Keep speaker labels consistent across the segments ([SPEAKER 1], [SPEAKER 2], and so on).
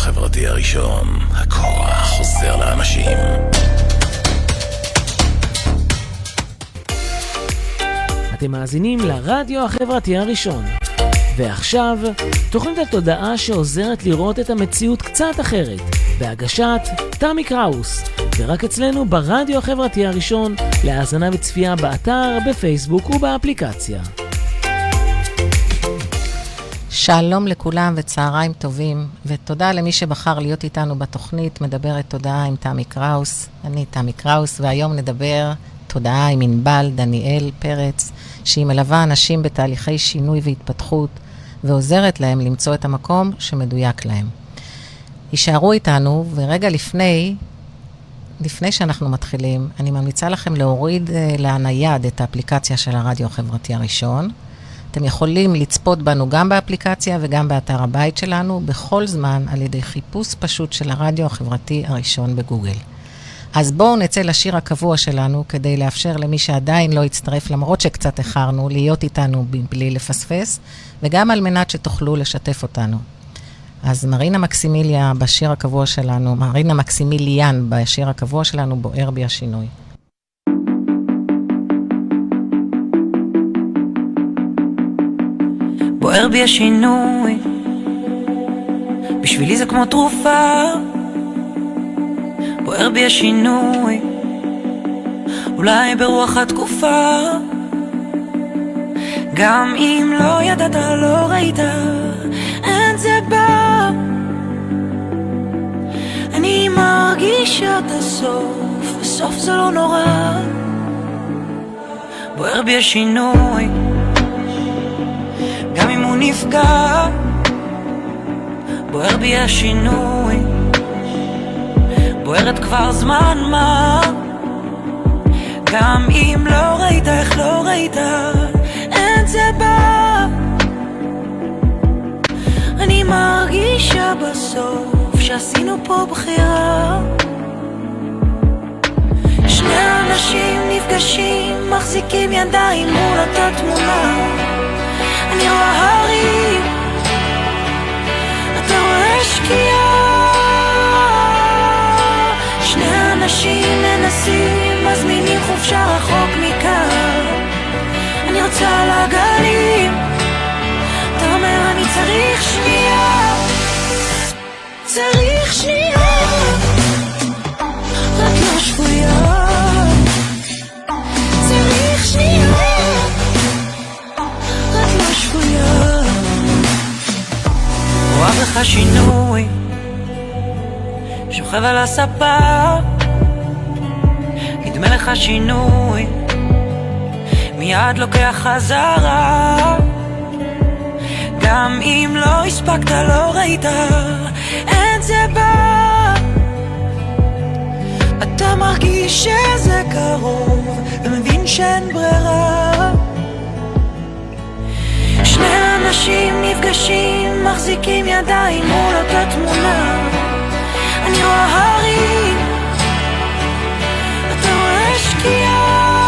[SPEAKER 1] החברתי הראשון, הכוח חוזר לאנשים.
[SPEAKER 2] אתם מאזינים לרדיו החברתי הראשון. ועכשיו, תוכנית התודעה שעוזרת לראות את המציאות קצת אחרת, בהגשת תמי קראוס, ורק אצלנו ברדיו החברתי הראשון, להאזנה וצפייה באתר, בפייסבוק ובאפליקציה.
[SPEAKER 3] שלום לכולם וצהריים טובים, ותודה למי שבחר להיות איתנו בתוכנית מדברת תודעה עם תמי קראוס. אני תמי קראוס, והיום נדבר תודעה עם ענבל דניאל פרץ, שהיא מלווה אנשים בתהליכי שינוי והתפתחות, ועוזרת להם למצוא את המקום שמדויק להם. יישארו איתנו, ורגע לפני שאנחנו מתחילים, אני ממליצה לכם להוריד לנייד את האפליקציה של הרדיו החברתי הראשון. אתם יכולים לצפות בנו גם באפליקציה וגם באתר הבית שלנו, בכל זמן על ידי חיפוש פשוט של הרדיו החברתי הראשון בגוגל. אז בואו נצא לשיר הקבוע שלנו, כדי לאפשר למי שעדיין לא יצטרף, למרות שקצת איחרנו, להיות איתנו בלי לפספס, וגם על מנת שתוכלו לשתף אותנו. אז מרינה מקסימיליאן בשיר הקבוע שלנו, בוער בי השינוי.
[SPEAKER 4] בוער בי השינוי, בשבילי זה כמו תרופה. בוער בי השינוי, אולי ברוח התקופה. גם אם לא ידעת, לא ראית, אין זה בא. אני מרגישה את הסוף, בסוף זה לא נורא. בוער בי השינוי, גם אם הוא נפגע. בוער בי השינוי, בוערת כבר זמן מה. גם אם לא ראית, איך לא ראית, אין זה בא. אני מרגישה בסוף שעשינו פה בחירה. שני אנשים נפגשים, מחזיקים ידיים מול אותה תמונה. אני רואה הרים, אתה רואה שקיעה. שני אנשים מנסים, מזמינים חופשה רחוק מכאן. אני רוצה לגלים, אתה אומר אני צריך שנייה. צריך שנייה, רק לא שבויה. צריך שנייה, רק לא שבויה. רואה בך שינוי, שוכב על הספה. נדמה לך שינוי, מיד לוקח חזרה. גם אם לא הספקת, לא ראית, אין זה בא. אתה מרגיש שזה קרוב, ומבין שאין ברירה. שני אנשים נפגשים, מחזיקים ידיים מול אותה תמונה. אני רואה הרים, אתה רואה שקיעה.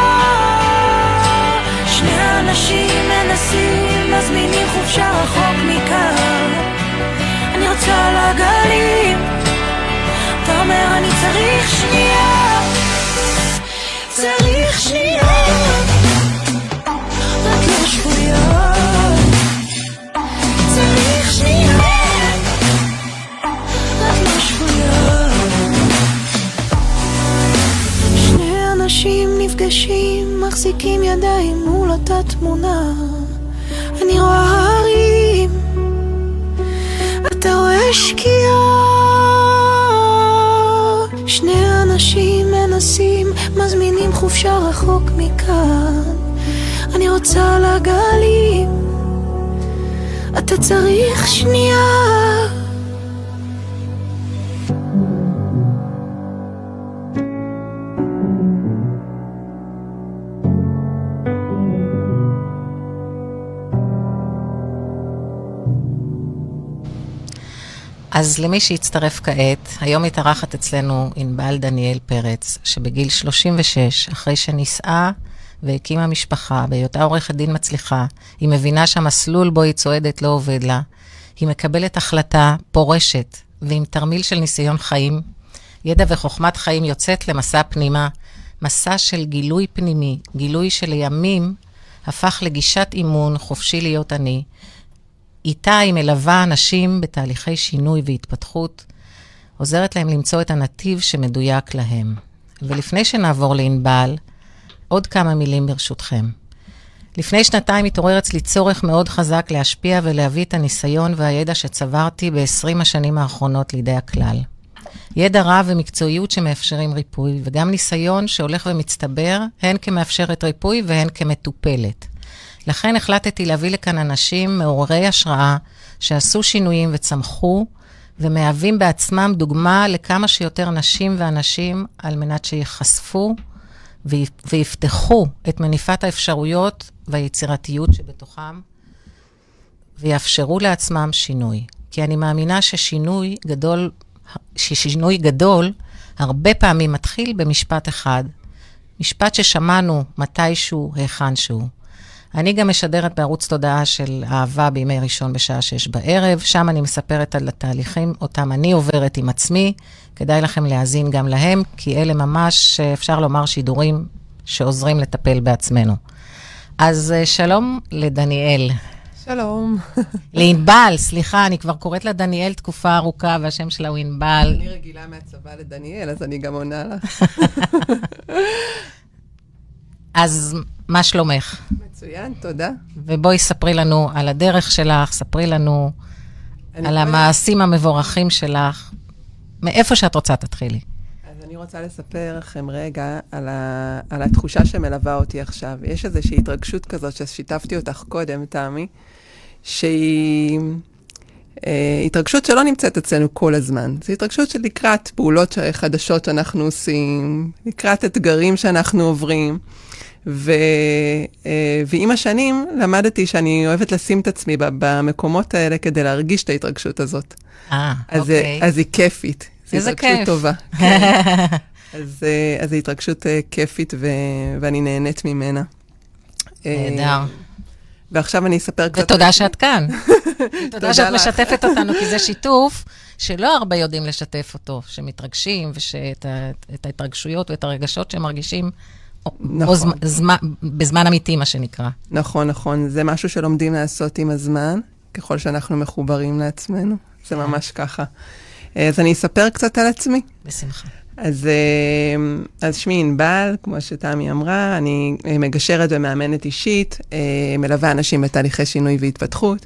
[SPEAKER 4] שני אנשים מנסים, מזמינים חופשה רחוק מכאן. אני רוצה לגלים, אתה אומר אני צריך שנייה. צריך שנייה, רק לא שבויה. צריך שנייה, רק לא שבויה. שני אנשים נפגשים, מחזיקים ידיים מול אותה תמונה. אני רואה הרים, אתה רואה שקיעה. שני אנשים מנסים, מזמינים חופשה רחוק מכאן. אני רוצה לגלים, אתה צריך שנייה.
[SPEAKER 3] אז למי שהצטרף כעת, היום התארחת אצלנו ענבל דניאל פרץ, שבגיל 36, אחרי שנישאה והקימה משפחה, בהיותה עורכת דין מצליחה, היא מבינה שהמסלול בו היא צועדת לא עובד לה, היא מקבלת החלטה פורשת ועם תרמיל של ניסיון חיים, ידע וחוכמת חיים יוצאת למסע פנימה, מסע של גילוי פנימי, גילוי שלימים הפך לגישת אימון חופשי להיות אני. איתה היא מלווה אנשים בתהליכי שינוי והתפתחות, עוזרת להם למצוא את הנתיב שמדויק להם. ולפני שנעבור לענבל, עוד כמה מילים ברשותכם. לפני 2 התעורר אצלי צורך מאוד חזק להשפיע ולהביא את הניסיון והידע שצברתי ב-20 השנים האחרונות לידי הכלל. ידע רב ומקצועיות שמאפשרים ריפוי, וגם ניסיון שהולך ומצטבר, הן כמאפשרת ריפוי והן כמטופלת. לכן החלטתי להביא לכאן אנשים מעוררי השראה, שעשו שינויים וצמחו, ומהווים בעצמם דוגמה לכמה שיותר נשים ואנשים, על מנת שיחשפו ויפתחו את מניפת האפשרויות והיצירתיות שבתוכם, ויאפשרו לעצמם שינוי. כי אני מאמינה ששינוי גדול הרבה פעמים מתחיל במשפט אחד. משפט ששמענו מתישהו, היכנשהו. אני גם משדרת בערוץ תודעה של אהבה בימי ראשון בשעה 6 בערב. שם אני מספרת על התהליכים אותם אני עוברת עם עצמי. כדאי לכם להאזין גם להם, כי אלה ממש אפשר לומר שידורים שעוזרים לטפל בעצמנו. אז שלום לדניאל.
[SPEAKER 5] שלום.
[SPEAKER 3] לענבל, סליחה, אני כבר קוראת לה דניאל תקופה ארוכה, והשם שלה הוא ענבל.
[SPEAKER 5] אני רגילה מהצבא לדניאל, אז אני גם עונה לך.
[SPEAKER 3] אז מה שלומך?
[SPEAKER 5] מצוין, תודה.
[SPEAKER 3] ובואי ספרי לנו על הדרך שלך, ספרי לנו על המעשים המבורכים שלך. מאיפה שאת רוצה תתחילי.
[SPEAKER 5] אז אני רוצה לספר לכם רגע על התחושה שמלווה אותי עכשיו. יש איזושהי התרגשות כזאת ששיתפתי אותך קודם, תמי, שהיא התרגשות שלא נמצאת אצלנו כל הזמן. זו התרגשות של לקראת פעולות חדשות שאנחנו עושים, לקראת אתגרים שאנחנו עוברים. ועם השנים למדתי שאני אוהבת לשים את עצמי במקומות האלה כדי להרגיש את ההתרגשות הזאת.
[SPEAKER 3] אוקיי.
[SPEAKER 5] אז היא כיפית.
[SPEAKER 3] איזה כיף.
[SPEAKER 5] זו התרגשות טובה. אז זו התרגשות כיפית ואני נהנית ממנה.
[SPEAKER 3] נהדר.
[SPEAKER 5] ועכשיו אני אספר קצת...
[SPEAKER 3] ותודה שאת כאן. תודה שאת משתפת אותנו, כי זה שיתוף שלא הרבה יודעים לשתף אותו, שמתרגשים, ואת ההתרגשויות ואת הרגשות שמרגישים בזמן אמיתי, מה שנקרא.
[SPEAKER 5] נכון, נכון. זה משהו שלומדים לעשות עם הזמן, ככל שאנחנו מחוברים לעצמנו. זה ממש ככה. אז אני אספר קצת על עצמי.
[SPEAKER 3] בשמחה.
[SPEAKER 5] אז שמי ענבל, כמו שתמי אמרה, אני מגשרת ומאמנת אישית, מלווה אנשים בתהליכי שינוי והתפתחות,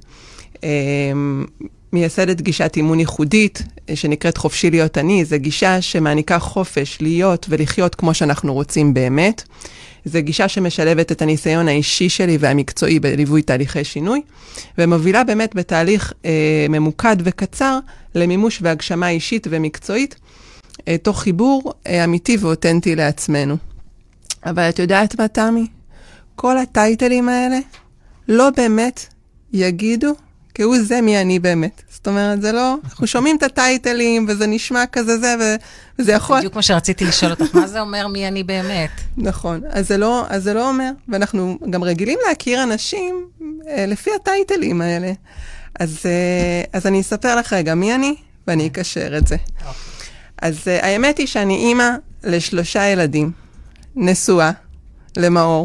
[SPEAKER 5] מייסדת גישת אימון ייחודית, שנקראת חופשי להיות אני. זו גישה שמעניקה חופש להיות ולחיות כמו שאנחנו רוצים באמת. זו גישה שמשלבת את הניסיון האישי שלי והמקצועי בליווי תהליכי שינוי, ומובילה באמת בתהליך ממוקד וקצר למימוש והגשמה אישית ומקצועית, תוך חיבור אמיתי ואותנטי לעצמנו. אבל את יודעת מה, תמי? כל הטייטלים האלה לא באמת יגידו כי זה מי אני באמת. זאת אומרת, זה לא... אנחנו שומעים את הטייטלים, וזה נשמע כזה זה, וזה יכול...
[SPEAKER 3] בדיוק כמו שרציתי לשאול אותך, מה זה אומר מי אני באמת?
[SPEAKER 5] נכון, אז זה לא אומר, ואנחנו גם רגילים להכיר אנשים לפי הטייטלים האלה. אז אני אספר לך רגע מי אני, ואני אקשר את זה. אז האמת היא שאני אימא ל3 ילדים, נשואה, למאור,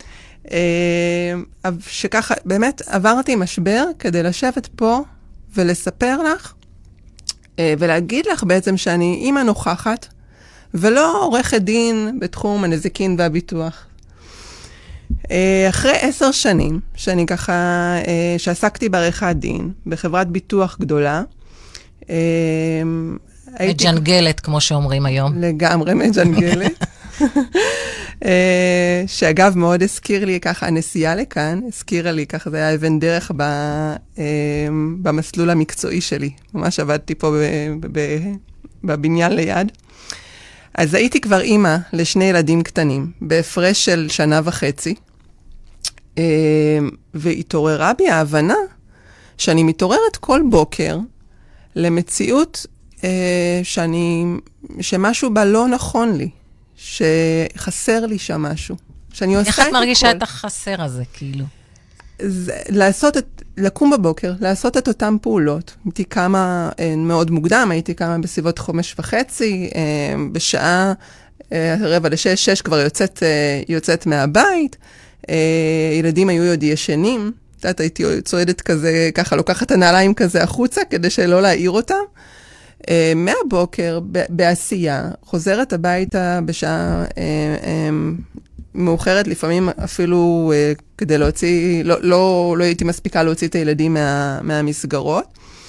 [SPEAKER 5] שככה באמת עברתי משבר כדי לשבת פה ולספר לך ולהגיד לך בעצם שאני אימא נוכחת ולא עורכת דין בתחום הנזיקין והביטוח. אחרי 10 שנים שאני ככה שעסקתי בעריכת דין בחברת ביטוח גדולה,
[SPEAKER 3] מג'נגלת, כמו שאומרים היום.
[SPEAKER 5] לגמרי מג'נגלת. שאגב מאוד הזכיר לי ככה, הנסיעה לכאן, הזכירה לי ככה, זה היה אבן דרך במסלול המקצועי שלי. ממש עבדתי פה בבניין ליד. אז הייתי כבר אימא ל2 ילדים קטנים, בהפרש של 1.5 שנה, והתעוררה בי ההבנה שאני מתעוררת כל בוקר למציאות שמשהו בה לא נכון לי, שחסר לי שם משהו, שאני עושה את הכל.
[SPEAKER 3] איך את מרגישה את החסר הזה, כאילו?
[SPEAKER 5] לקום בבוקר, לעשות את אותם פעולות. הייתי קמה מאוד מוקדם, הייתי קמה בסביבות 5:30, בשעה 5:45, 6 כבר יוצאת מהבית, ילדים היו עוד ישנים, הייתי צועדת כזה, ככה לוקחת הנעליים כזה החוצה, כדי שלא להעיר אותם. מהבוקר, בעשייה, חוזרת הביתה בשעה מאוחרת, לפעמים אפילו כדי להוציא, לא הייתי מספיקה להוציא את הילדים מהמסגרות.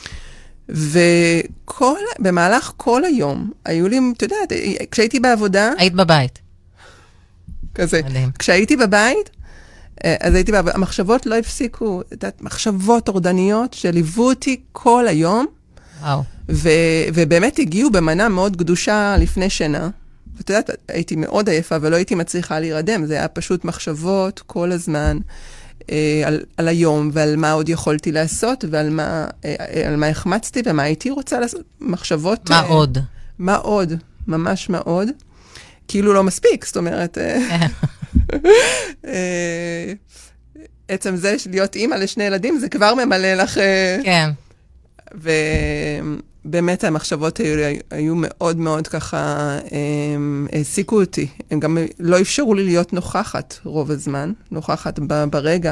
[SPEAKER 5] ובמהלך כל היום, היו לי, אתה יודעת, כשהייתי בעבודה...
[SPEAKER 3] היית בבית.
[SPEAKER 5] כזה. מדהים. כשהייתי בבית, אז הייתי בעבודה, המחשבות לא הפסיקו, מחשבות טורדניות שליוו אותי כל היום,
[SPEAKER 3] וואו.
[SPEAKER 5] ובאמת הגיעו במנה מאוד קדושה לפני שינה. ואתה יודעת, הייתי מאוד עייפה ולא הייתי מצליחה להירדם. זה היה פשוט מחשבות כל הזמן על היום ועל מה עוד יכולתי לעשות ועל מה החמצתי ומה הייתי רוצה לעשות. מחשבות...
[SPEAKER 3] מה עוד?
[SPEAKER 5] מה עוד? ממש מאוד. כאילו לא מספיק, זאת אומרת... עצם זה להיות אימא לשני ילדים, זה כבר ממלא לך...
[SPEAKER 3] כן.
[SPEAKER 5] ובאמת המחשבות היו מאוד מאוד ככה, העסיקו אותי. הם גם לא אפשרו לי להיות נוכחת רוב הזמן, נוכחת ברגע.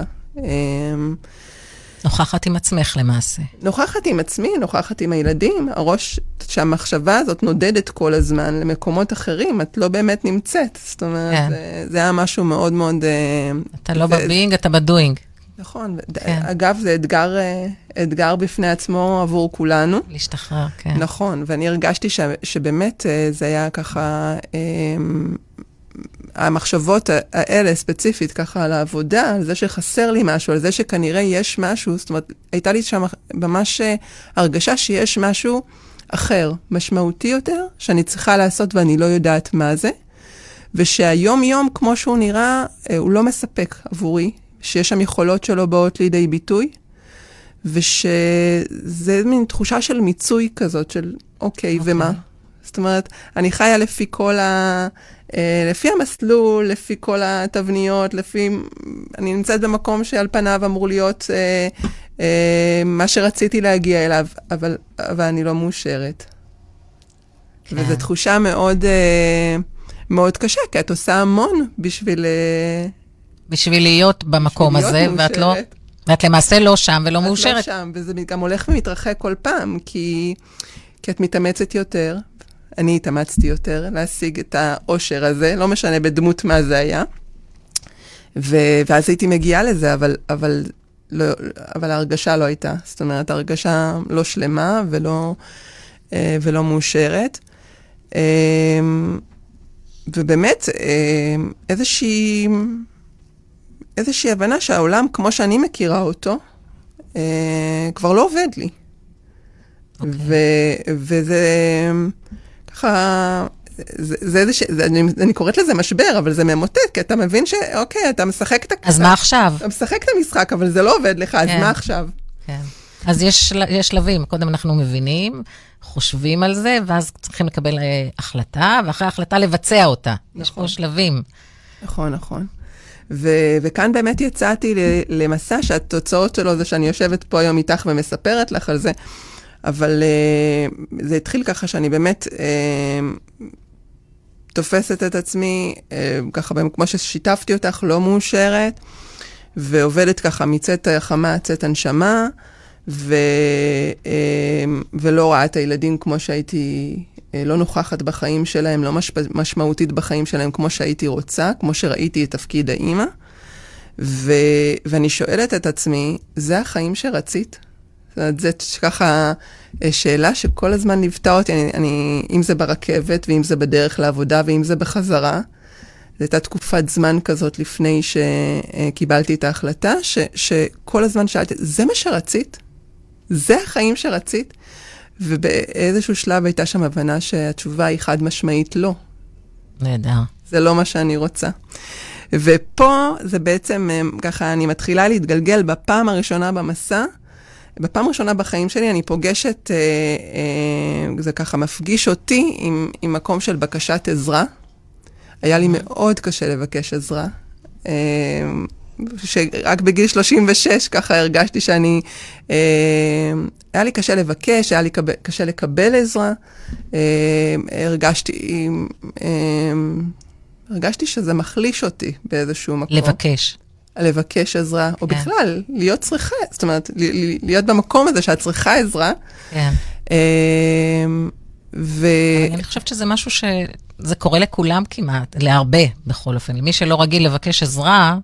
[SPEAKER 3] נוכחת עם עצמך למעשה. נוכחת
[SPEAKER 5] עם עצמי, נוכחת עם הילדים. הראש, שהמחשבה הזאת נודדת כל הזמן למקומות אחרים, את לא באמת נמצאת. זאת אומרת, זה היה משהו מאוד מאוד...
[SPEAKER 3] אתה לא בביינג, אתה בדוינג.
[SPEAKER 5] נכון. אגב, זה אתגר בפני עצמו עבור כולנו.
[SPEAKER 3] להשתחרר, כן.
[SPEAKER 5] נכון, ואני הרגשתי שבאמת זה היה ככה... המחשבות האלה ספציפית ככה על העבודה, על זה שחסר לי משהו, על זה שכנראה יש משהו, זאת אומרת, הייתה לי שם ממש הרגשה שיש משהו אחר, משמעותי יותר, שאני צריכה לעשות ואני לא יודעת מה זה, ושהיום יום כמו שהוא נראה, הוא לא מספק עבורי, שיש שם יכולות שלו באות לידי ביטוי, ושזה מין תחושה של מיצוי כזאת, של אוקיי, ומה? זאת אומרת, אני חיה לפי המסלול, לפי כל התבניות, אני נמצאת במקום שעל פניו אמור להיות מה שרציתי להגיע אליו, אבל אני לא מאושרת. כן. וזו תחושה מאוד, מאוד קשה, כי את עושה המון בשביל
[SPEAKER 3] להיות במקום הזה, ואת למעשה לא שם ולא מאושרת.
[SPEAKER 5] את לא שם, וזה גם הולך ומתרחק כל פעם, כי את מתאמצת יותר, אני התאמצתי יותר להשיג את האושר הזה, לא משנה בדמות מה זה היה. ואז הייתי מגיעה לזה, אבל ההרגשה לא הייתה. זאת אומרת, ההרגשה לא שלמה ולא מאושרת. ובאמת, איזושהי הבנה שהעולם, כמו שאני מכירה אותו, כבר לא עובד לי. וזה... ככה, אני קוראת לזה משבר, אבל זה ממוטט, כי אתה מבין שאוקיי, אתה משחק את
[SPEAKER 3] אז מה עכשיו?
[SPEAKER 5] אתה משחק את המשחק, אבל זה לא עובד לך, אז מה עכשיו?
[SPEAKER 3] כן. אז יש שלבים, קודם אנחנו מבינים, חושבים על זה, ואז צריכים לקבל החלטה, ואחרי ההחלטה לבצע אותה. יש פה שלבים.
[SPEAKER 5] נכון. וכאן באמת יצאתי למסע שהתוצאות שלו זה שאני יושבת פה היום איתך ומספרת לך על זה, אבל זה התחיל ככה שאני באמת תופסת את עצמי, ככה כמו ששיתפתי אותך, לא מאושרת, ועובדת ככה מצאת החמה, צאת הנשמה, ולא רואה את הילדים כמו שהייתי, לא נוכחת בחיים שלהם, לא משמעותית בחיים שלהם כמו שהייתי רוצה, כמו שראיתי את תפקיד האמא, ואני שואלת את עצמי, זה החיים שרצית? זה ככה שאלה שכל הזמן ליוותה אותי, אם זה ברכבת, ואם זה בדרך לעבודה, ואם זה בחזרה. זו הייתה תקופת זמן כזאת לפני שקיבלתי את ההחלטה, שכל הזמן שאלתי, זה מה שרצית? זה החיים שרצית? ובאיזשהו שלב הייתה שם הבנה שהתשובה היא חד משמעית לא.
[SPEAKER 3] נהדר.
[SPEAKER 5] זה לא מה שאני רוצה. ופה זה בעצם, ככה אני מתחילה להתגלגל בפעם הראשונה במסע, בפעם הראשונה בחיים שלי אני פוגשת, זה ככה מפגיש אותי עם מקום של בקשת עזרה. היה לי מאוד קשה לבקש עזרה. שרק בגיל 36 ככה הרגשתי שאני, היה לי קשה לבקש, היה לי קשה לקבל עזרה, הרגשתי שזה מחליש אותי באיזשהו מקום. לבקש עזרה, או בכלל, להיות צריכה, זאת אומרת, להיות במקום הזה שאת צריכה עזרה.
[SPEAKER 3] כן. אני חושבת שזה משהו שזה קורה לכולם כמעט, להרבה בכל אופן. למי שלא רגיל לבקש עזרה,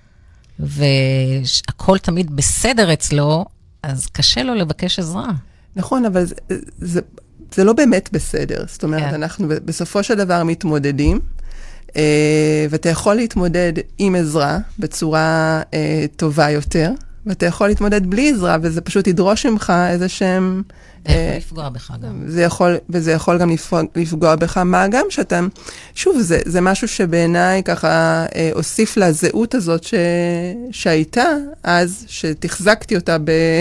[SPEAKER 3] והכל תמיד בסדר אצלו, אז קשה לו לבקש עזרה.
[SPEAKER 5] נכון, אבל זה לא באמת בסדר. זאת אומרת, אנחנו בסופו של דבר מתמודדים, ואתה יכול להתמודד עם עזרה בצורה טובה יותר, ואתה יכול להתמודד בלי עזרה, וזה פשוט ידרוש ממך איזה שהם...
[SPEAKER 3] זה יכול לפגוע בך גם.
[SPEAKER 5] וזה יכול גם לפגוע בך, מה גם שאתה... שוב, זה משהו שבעיניי ככה הוסיף לזהות הזאת שהייתה אז, שתחזקתי אותה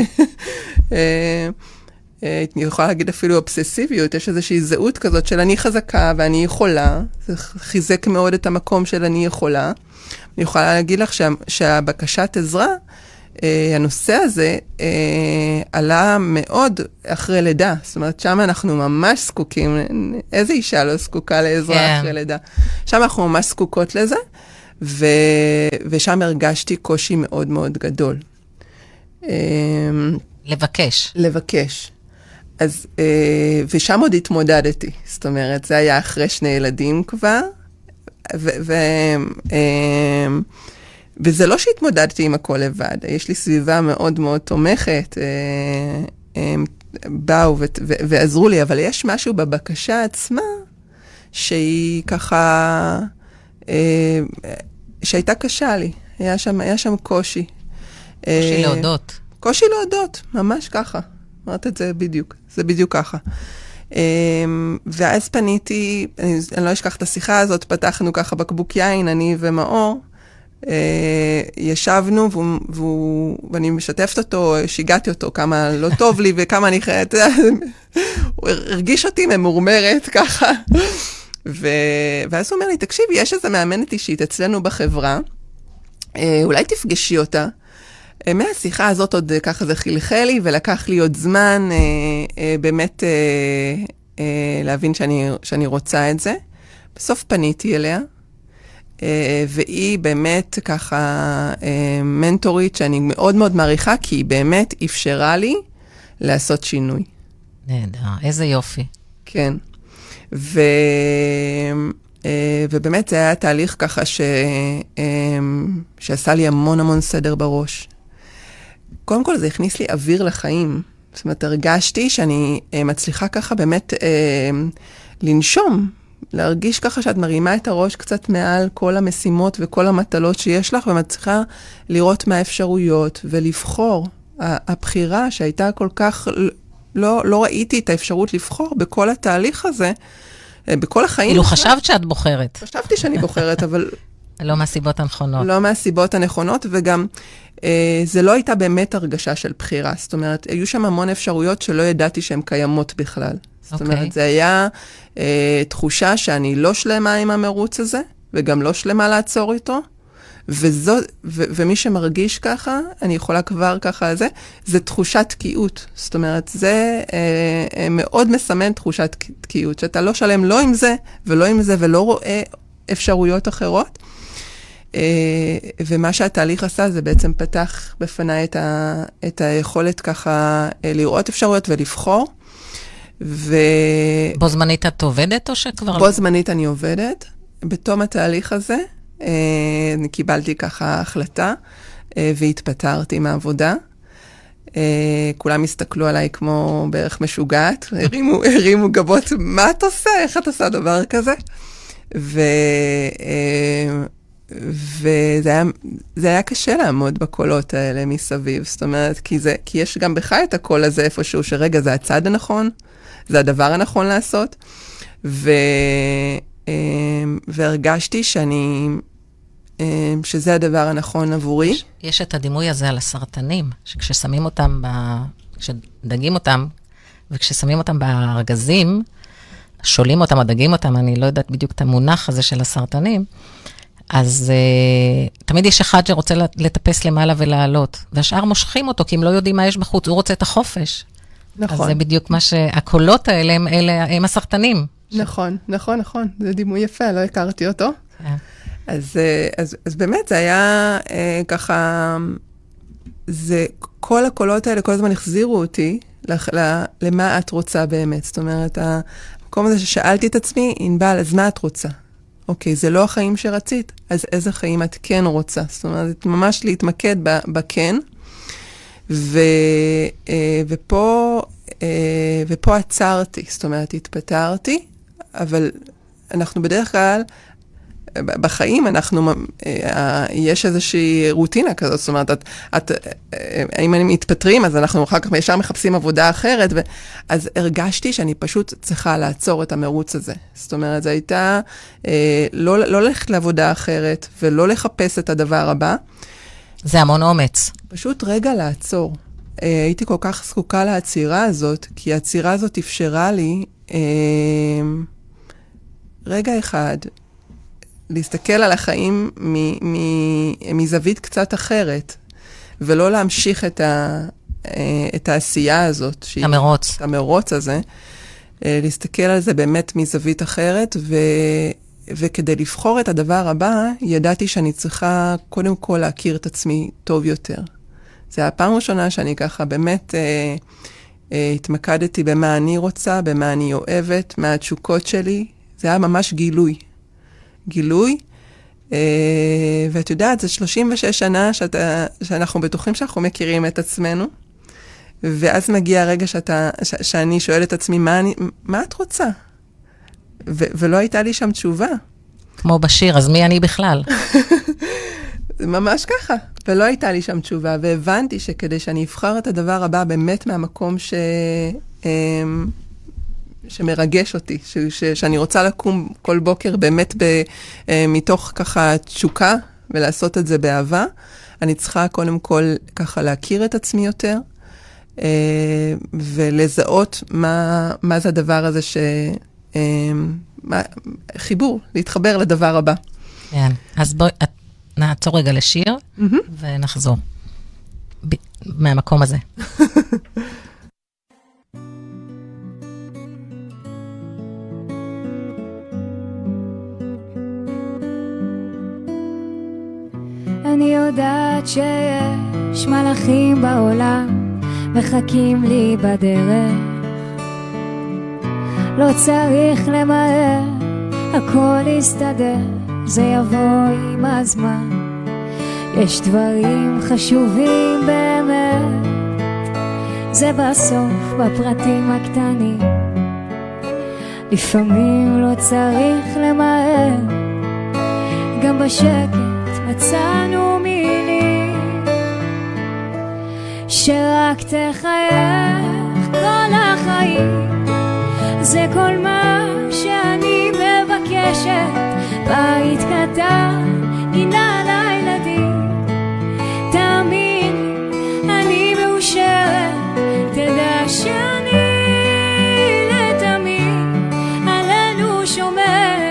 [SPEAKER 5] אני יכולה להגיד אפילו אובססיביות, יש איזושהי זהות כזאת של אני חזקה ואני יכולה, זה חיזק מאוד את המקום של אני יכולה. אני יכולה להגיד לך שהבקשת עזרה, הנושא הזה עלה מאוד אחרי לידה. זאת אומרת, שם אנחנו ממש זקוקים, איזה אישה לא זקוקה לעזרה אחרי לידה. שם אנחנו ממש זקוקות לזה, ושם הרגשתי קושי מאוד מאוד גדול. לבקש. אז, ושם עוד התמודדתי. זאת אומרת, זה היה אחרי 2 ילדים כבר, וזה לא שהתמודדתי עם הכל לבד, יש לי סביבה מאוד מאוד תומכת, באו ועזרו לי, אבל יש משהו בבקשה עצמה, שהיא ככה, שהייתה קשה לי, היה שם קושי.
[SPEAKER 3] קושי להודות.
[SPEAKER 5] קושי להודות, ממש ככה, אמרת את זה בדיוק, זה בדיוק ככה. ואז פניתי, אני לא אשכח את השיחה הזאת, פתחנו ככה בקבוק יין, אני ומאור, ישבנו, ואני משתפת אותו, שיגעתי אותו, כמה לא טוב לי, וכמה אני חייבת, הוא הרגיש אותי ממורמרת ככה, ואז הוא אומר לי, תקשיב, יש איזו מאמנת אישית אצלנו בחברה, אולי תפגשי אותה, מהשיחה הזאת עוד ככה זה חלחל לי, ולקח לי עוד זמן באמת להבין שאני רוצה את זה. בסוף פניתי אליה, והיא באמת ככה מנטורית שאני מאוד מאוד מעריכה, כי היא באמת אפשרה לי לעשות שינוי.
[SPEAKER 3] נהדר, איזה יופי.
[SPEAKER 5] כן. ובאמת זה היה תהליך ככה שעשה לי המון המון סדר בראש. קודם כל זה הכניס לי אוויר לחיים. זאת אומרת, הרגשתי שאני מצליחה ככה באמת לנשום, להרגיש ככה שאת מרימה את הראש קצת מעל כל המשימות וכל המטלות שיש לך, ומצליחה לראות מה האפשרויות ולבחור. הבחירה שהייתה כל כך, לא ראיתי את האפשרות לבחור בכל התהליך הזה, בכל החיים.
[SPEAKER 3] כאילו חשבת שאת בוחרת.
[SPEAKER 5] חשבתי שאני בוחרת, אבל...
[SPEAKER 3] לא מהסיבות הנכונות.
[SPEAKER 5] לא מהסיבות הנכונות, וגם זה לא הייתה באמת הרגשה של בחירה. זאת אומרת, היו שם המון אפשרויות שלא ידעתי שהן קיימות בכלל. זאת אומרת, זה היה תחושה שאני לא שלמה עם המרוץ הזה, וגם לא שלמה לעצור איתו, ומי שמרגיש ככה, אני יכולה כבר ככה, זה תחושת תקיעות. זאת אומרת, זה מאוד מסמן תחושת תקיעות, שאתה לא שלם לא עם זה, ולא עם זה, ולא רואה אפשרויות אחרות. ומה שהתהליך עשה, זה בעצם פתח בפני את היכולת ככה לראות אפשרויות ולבחור.
[SPEAKER 3] בו זמנית את עובדת או שכבר לא?
[SPEAKER 5] בו זמנית אני עובדת. בתום התהליך הזה, אני קיבלתי ככה החלטה, והתפטרתי מהעבודה. כולם הסתכלו עליי כמו בערך משוגעת, הרימו גבות, מה את עושה? איך את עושה דבר כזה? וזה היה קשה לעמוד בקולות האלה מסביב, זאת אומרת, כי יש גם בך את הקול הזה איפשהו, שרגע, זה הצד הנכון, זה הדבר הנכון לעשות, והרגשתי שזה הדבר הנכון עבורי.
[SPEAKER 3] יש את הדימוי הזה על הסרטנים, שכששמים אותם, כשדגים אותם, וכששמים אותם בארגזים, שולים אותם או דגים אותם, אני לא יודעת בדיוק את המונח הזה של הסרטנים, אז תמיד יש אחד שרוצה לטפס למעלה ולעלות, והשאר מושכים אותו, כי הם לא יודעים מה יש בחוץ, הוא רוצה את החופש. נכון. אז זה בדיוק מה שהקולות האלה הם הסרטנים.
[SPEAKER 5] נכון, נכון, נכון. זה דימוי יפה, לא הכרתי אותו. אז באמת זה היה ככה, כל הקולות האלה כל הזמן החזירו אותי למה את רוצה באמת. זאת אומרת, המקום הזה ששאלתי את עצמי, ענבל, אז מה את רוצה? אוקיי, זה לא החיים שרצית, אז איזה חיים את כן רוצה? זאת אומרת, ממש להתמקד בכן, ופה עצרתי, זאת אומרת, התפטרתי, אבל אנחנו בדרך כלל, בחיים יש איזושהי רוטינה כזאת, זאת אומרת, אם אני מתפטרים, אז אנחנו אחר כך ישר מחפשים עבודה אחרת, אז הרגשתי שאני פשוט צריכה לעצור את המרוץ הזה. זאת אומרת, זה הייתה לא ללכת לעבודה אחרת, ולא לחפש את הדבר הבא.
[SPEAKER 3] זה המון אומץ.
[SPEAKER 5] פשוט רגע לעצור. הייתי כל כך זקוקה לעצירה הזאת, כי העצירה הזאת אפשרה לי רגע אחד, להסתכל על החיים מזווית קצת אחרת, ולא להמשיך את העשייה הזאת.
[SPEAKER 3] המרוץ.
[SPEAKER 5] המרוץ הזה. להסתכל על זה באמת מזווית אחרת, וכדי לבחור את הדבר הבא, ידעתי שאני צריכה קודם כל להכיר את עצמי טוב יותר. זה הפעם ראשונה שאני ככה באמת התמקדתי במה אני רוצה, במה אני אוהבת, מה התשוקות שלי. זה היה ממש גילוי, ואת יודעת, זה 36 שנה שאנחנו בטוחים שאנחנו מכירים את עצמנו, ואז מגיע הרגע שאני שואלת את עצמי, מה את רוצה? ולא הייתה לי שם תשובה.
[SPEAKER 3] כמו בשיר, אז מי אני בכלל?
[SPEAKER 5] ממש ככה, ולא הייתה לי שם תשובה, והבנתי שכדי שאני אבחר את הדבר הבא באמת מהמקום שמרגש אותי, שאני רוצה לקום כל בוקר באמת מתוך ככה תשוקה, ולעשות את זה באהבה, אני צריכה קודם כל ככה להכיר את עצמי יותר, ולזהות מה זה הדבר הזה חיבור, להתחבר לדבר הבא.
[SPEAKER 3] כן, אז בואי, נעצור רגע לשיר, ונחזור מהמקום הזה.
[SPEAKER 6] אני יודעת שיש מלאכים בעולם מחכים לי בדרך, לא צריך למהר, הכל יסתדר, זה יבוא עם הזמן. יש דברים חשובים באמת, זה בסוף בפרטים הקטנים. לפעמים לא צריך למהר, גם בשקט מצאנו מילים שרק תחייך כל החיים. זה כל מה שאני מבקשת, בית קטן, גינה לילדים. תאמין, אני מאושרת, תדע שאני לתמיד עלינו שומרת.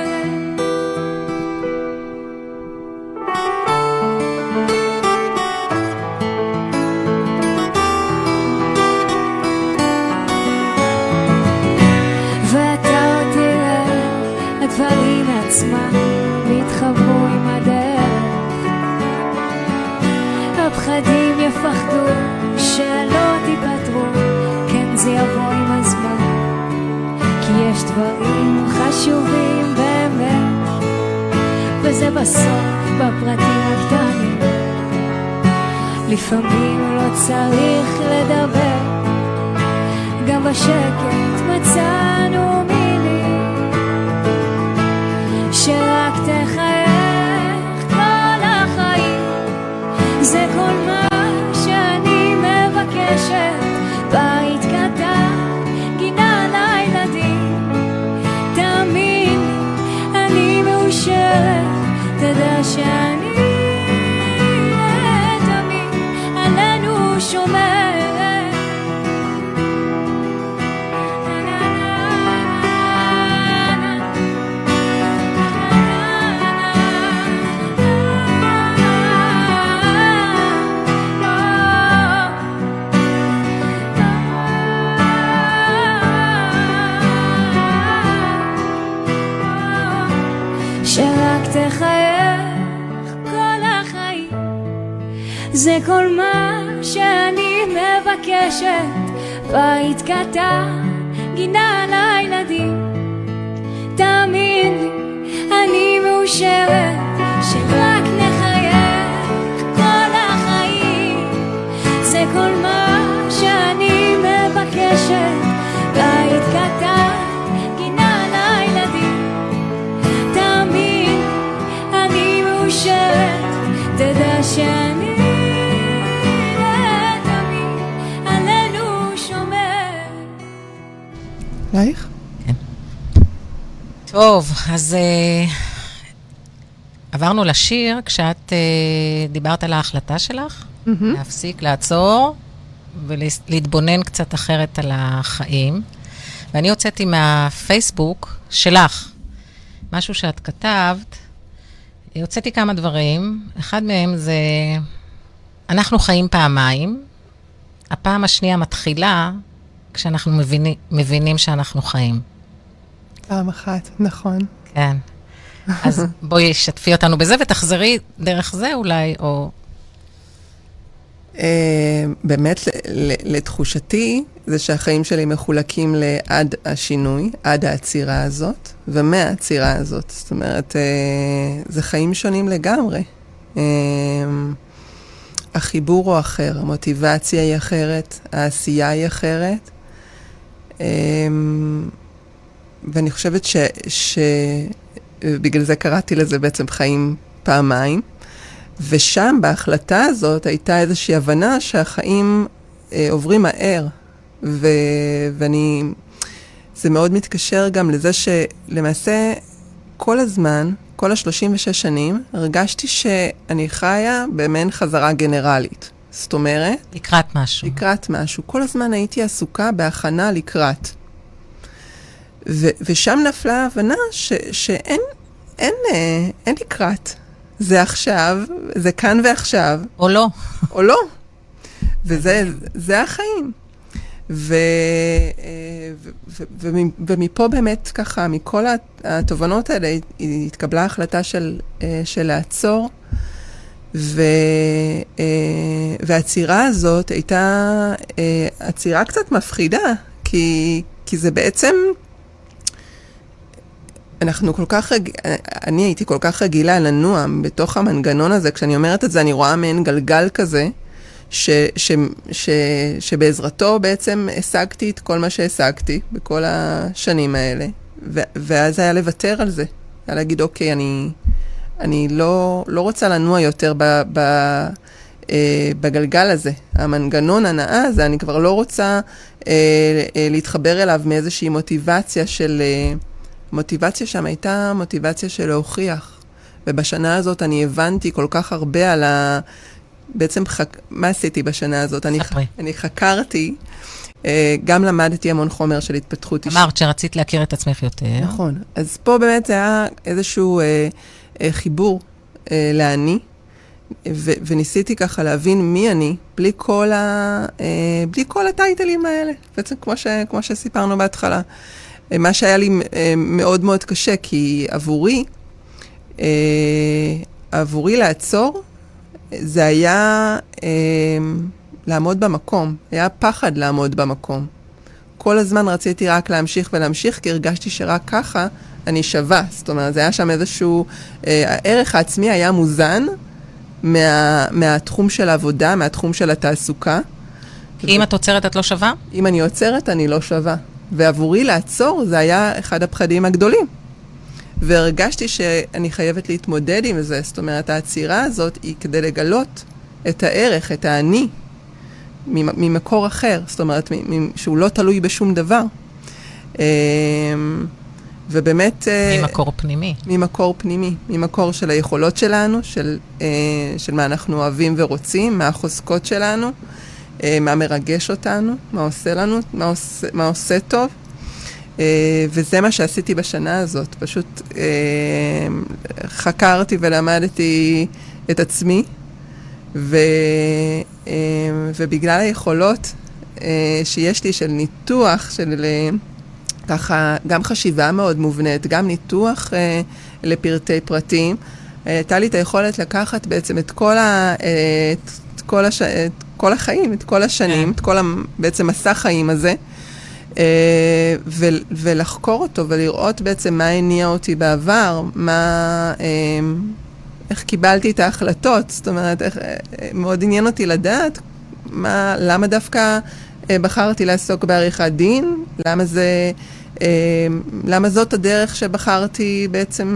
[SPEAKER 6] הדברים עצמם מתחברו עם הדרך, הפחדים יפחדו שלא תיפטרו, כן זה יבוא עם הזמן, כי יש דברים חשובים באמת, וזה בסוף בפרטים הקטנים. לפעמים לא צריך לדבר, גם בשקט מצאנו שרק תחייך כל החיים. זה כל מה שאני מבקשת, בית קטן, גינה לילדים. תאמין, אני מאושרת, תדע שאני תמיד עלינו שומרת. זה כל מה שאני מבקשת, בית קטן, גינה לילדים. תאמין לי, אני מאושרת שרק נחייך כל החיים. זה כל מה שאני מבקשת, בית קטן, גינה לילדים. תאמין, אני מאושרת, תדע שאני לתמיד עלינו שומר.
[SPEAKER 5] לייך?
[SPEAKER 3] כן. טוב, אז עברנו לשיר כשאת דיברת על ההחלטה שלך, להפסיק, לעצור ולהתבונן קצת אחרת על החיים. ואני הוצאתי מהפייסבוק שלך משהו שאת כתבת, הוצאתי כמה דברים. אחד מהם זה, אנחנו חיים פעמיים, הפעם השנייה מתחילה כשאנחנו מבינים שאנחנו חיים.
[SPEAKER 5] פעם אחת, נכון.
[SPEAKER 3] כן. אז בואי שתפי אותנו בזה ותחזרי דרך זה אולי, או...
[SPEAKER 5] באמת, לתחושתי, זה שהחיים שלי מחולקים לעד השינוי, עד העצירה הזאת, ומהעצירה הזאת. זאת אומרת, זה חיים שונים לגמרי. החיבור הוא אחר, המוטיבציה היא אחרת, העשייה היא אחרת. ואני חושבת שבגלל זה קראתי לזה בעצם חיים פעמיים. ושם בהחלטה הזאת הייתה איזושהי הבנה שהחיים עוברים מהר. זה מאוד מתקשר גם לזה שלמעשה כל הזמן, כל ה-36 שנים, הרגשתי שאני חיה במעין חזרה גנרלית. זאת אומרת...
[SPEAKER 3] לקראת משהו.
[SPEAKER 5] לקראת משהו. כל הזמן הייתי עסוקה בהכנה לקראת. ושם נפלה ההבנה שאין לקראת. זה עכשיו, זה כאן ועכשיו.
[SPEAKER 3] או לא.
[SPEAKER 5] או לא. וזה החיים. ומפה באמת ככה, מכל התובנות האלה, התקבלה החלטה של לעצור, והעצירה הזאת הייתה עצירה קצת מפחידה, כי זה בעצם... אני הייתי כל כך רגילה לנוע בתוך המנגנון הזה. כשאני אומרת את זה, אני רואה מעין גלגל כזה, שבעזרתו בעצם השגתי את כל מה שהשגתי בכל השנים האלה. ואז היה לוותר על זה. היה להגיד, אוקיי, אני לא רוצה לנוע יותר בגלגל הזה. המנגנון הנאה הזה, אני כבר לא רוצה להתחבר אליו מאיזושהי מוטיבציה של... מוטיבציה שם הייתה מוטיבציה של להוכיח. ובשנה הזאת אני הבנתי כל כך הרבה על בעצם מה עשיתי בשנה הזאת? אני חקרתי, גם למדתי המון חומר של התפתחות אישית.
[SPEAKER 3] אמרת שרצית להכיר את עצמך יותר.
[SPEAKER 5] נכון. אז פה באמת זה היה איזשהו חיבור לאני, וניסיתי ככה להבין מי אני, בלי כל הטייטלים האלה. בעצם כמו שסיפרנו בהתחלה. מה שהיה לי מאוד מאוד קשה, כי עבורי לעצור, זה היה לעמוד במקום. היה פחד לעמוד במקום. כל הזמן רציתי רק להמשיך ולהמשיך, כי הרגשתי שרק ככה אני שווה. זאת אומרת, זה היה שם איזשהו... הערך העצמי היה מוזן מהתחום של העבודה, מהתחום של התעסוקה.
[SPEAKER 3] כי אם את עוצרת, את לא שווה?
[SPEAKER 5] אם אני עוצרת, אני לא שווה. ועבורי לעצור, זה היה אחד הפחדים הגדולים. והרגשתי שאני חייבת להתמודד עם זה. זאת אומרת, העצירה הזאת היא כדי לגלות את הערך, את האני, ממקור אחר. זאת אומרת, שהוא לא תלוי בשום דבר. ובאמת...
[SPEAKER 3] ממקור פנימי.
[SPEAKER 5] ממקור פנימי. ממקור של היכולות שלנו, של מה אנחנו אוהבים ורוצים, מה החוזקות שלנו, מה מרגש אותנו, מה עושה לנו, מה עושה טוב. וזה מה שעשיתי בשנה הזאת. פשוט חקרתי ולמדתי את עצמי, ובגלל היכולות שיש לי של ניתוח, של ככה גם חשיבה מאוד מובנית, גם ניתוח לפרטי פרטים, הייתה לי את היכולת לקחת בעצם את כל החיים, את כל השנים, את כל בעצם מסע חיים הזה, ולחקור אותו ולראות בעצם מה הניע אותי בעבר, איך קיבלתי את ההחלטות, זאת אומרת, מאוד עניין אותי לדעת למה דווקא בחרתי לעסוק בעריכת דין, למה זאת הדרך שבחרתי בעצם,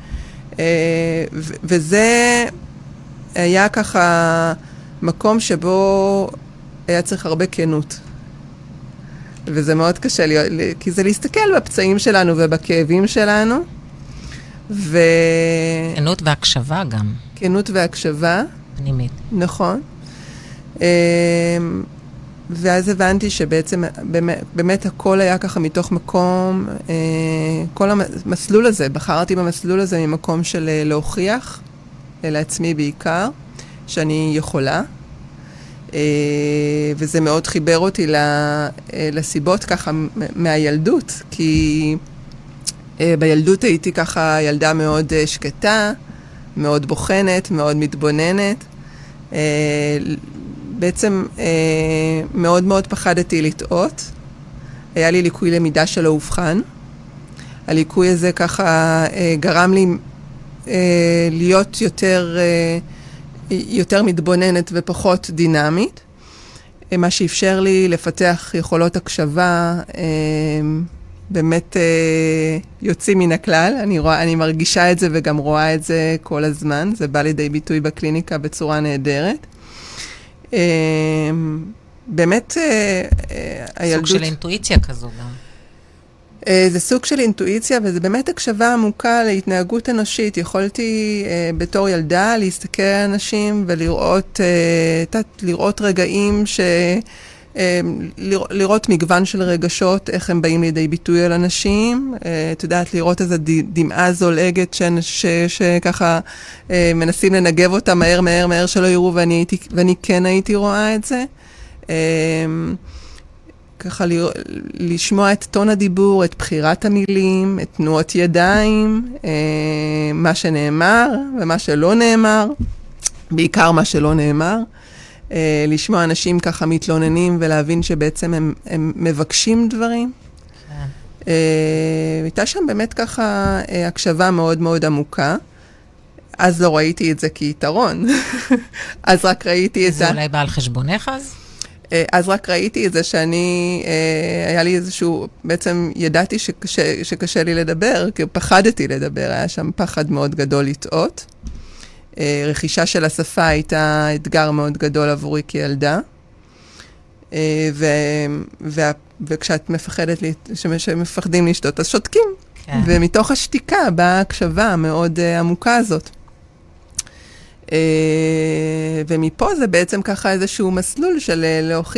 [SPEAKER 5] וזה היה ככה מקום שבו היה צריך הרבה כנות. וזה מאוד קשה, כי זה להסתכל בפצעים שלנו ובכאבים שלנו.
[SPEAKER 3] כנות והקשבה גם.
[SPEAKER 5] כנות והקשבה.
[SPEAKER 3] פנימית.
[SPEAKER 5] נכון. ואז הבנתי שבעצם באמת הכל היה ככה מתוך מקום, כל המסלול הזה, בחרתי במסלול הזה ממקום של להוכיח לעצמי בעיקר, שאני יכולה. וזה מאוד חיבר אותי לסיבות ככה מהילדות, כי בילדות הייתי ככה ילדה מאוד שקטה, מאוד בוחנת, מאוד מתבוננת. בעצם מאוד מאוד פחדתי לטעות. היה לי ליקוי למידה שלא הובחן. הליקוי הזה ככה גרם לי להיות יותר מתבוננת ופחות דינמית. מה שאפשר לי לפתח יכולות הקשבה באמת יוצאים מן הכלל. אני מרגישה את זה וגם רואה את זה כל הזמן. זה בא לידי ביטוי בקליניקה בצורה נהדרת. באמת הילדות...
[SPEAKER 3] סוג של אינטואיציה כזו גם.
[SPEAKER 5] זה סוג של אינטואיציה, וזה באמת הקשבה עמוקה להתנהגות אנושית. יכולתי בתור ילדה להסתכל על אנשים ולראות רגעים לראות מגוון של רגשות, איך הם באים לידי ביטוי על אנשים. את יודעת, לראות איזו דמעה זולגת שככה מנסים לנגב אותה מהר שלא יראו, ואני כן הייתי רואה את זה. ככה לשמוע את טון הדיבור, את בחירת המילים, את תנועות ידיים, מה שנאמר ומה שלא נאמר, בעיקר מה שלא נאמר. לשמוע אנשים ככה מתלוננים ולהבין שבעצם הם מבקשים דברים. הייתה שם באמת ככה הקשבה מאוד מאוד עמוקה. אז לא ראיתי את זה כיתרון. אז רק ראיתי את זה.
[SPEAKER 3] זה אולי בא על חשבונך אז?
[SPEAKER 5] אז רק ראיתי את זה שאני, היה לי איזשהו, בעצם ידעתי שקשה לי לדבר, כי פחדתי לדבר, היה שם פחד מאוד גדול לטעות. רכישה של השפה הייתה אתגר מאוד גדול עבורי כילדה. וכשאת מפחדת, שמפחדים לשתות, אז שותקים. כן. ומתוך השתיקה באה הקשבה המאוד עמוקה הזאת. ומפה זה בעצם ככה איזשהו מסלול של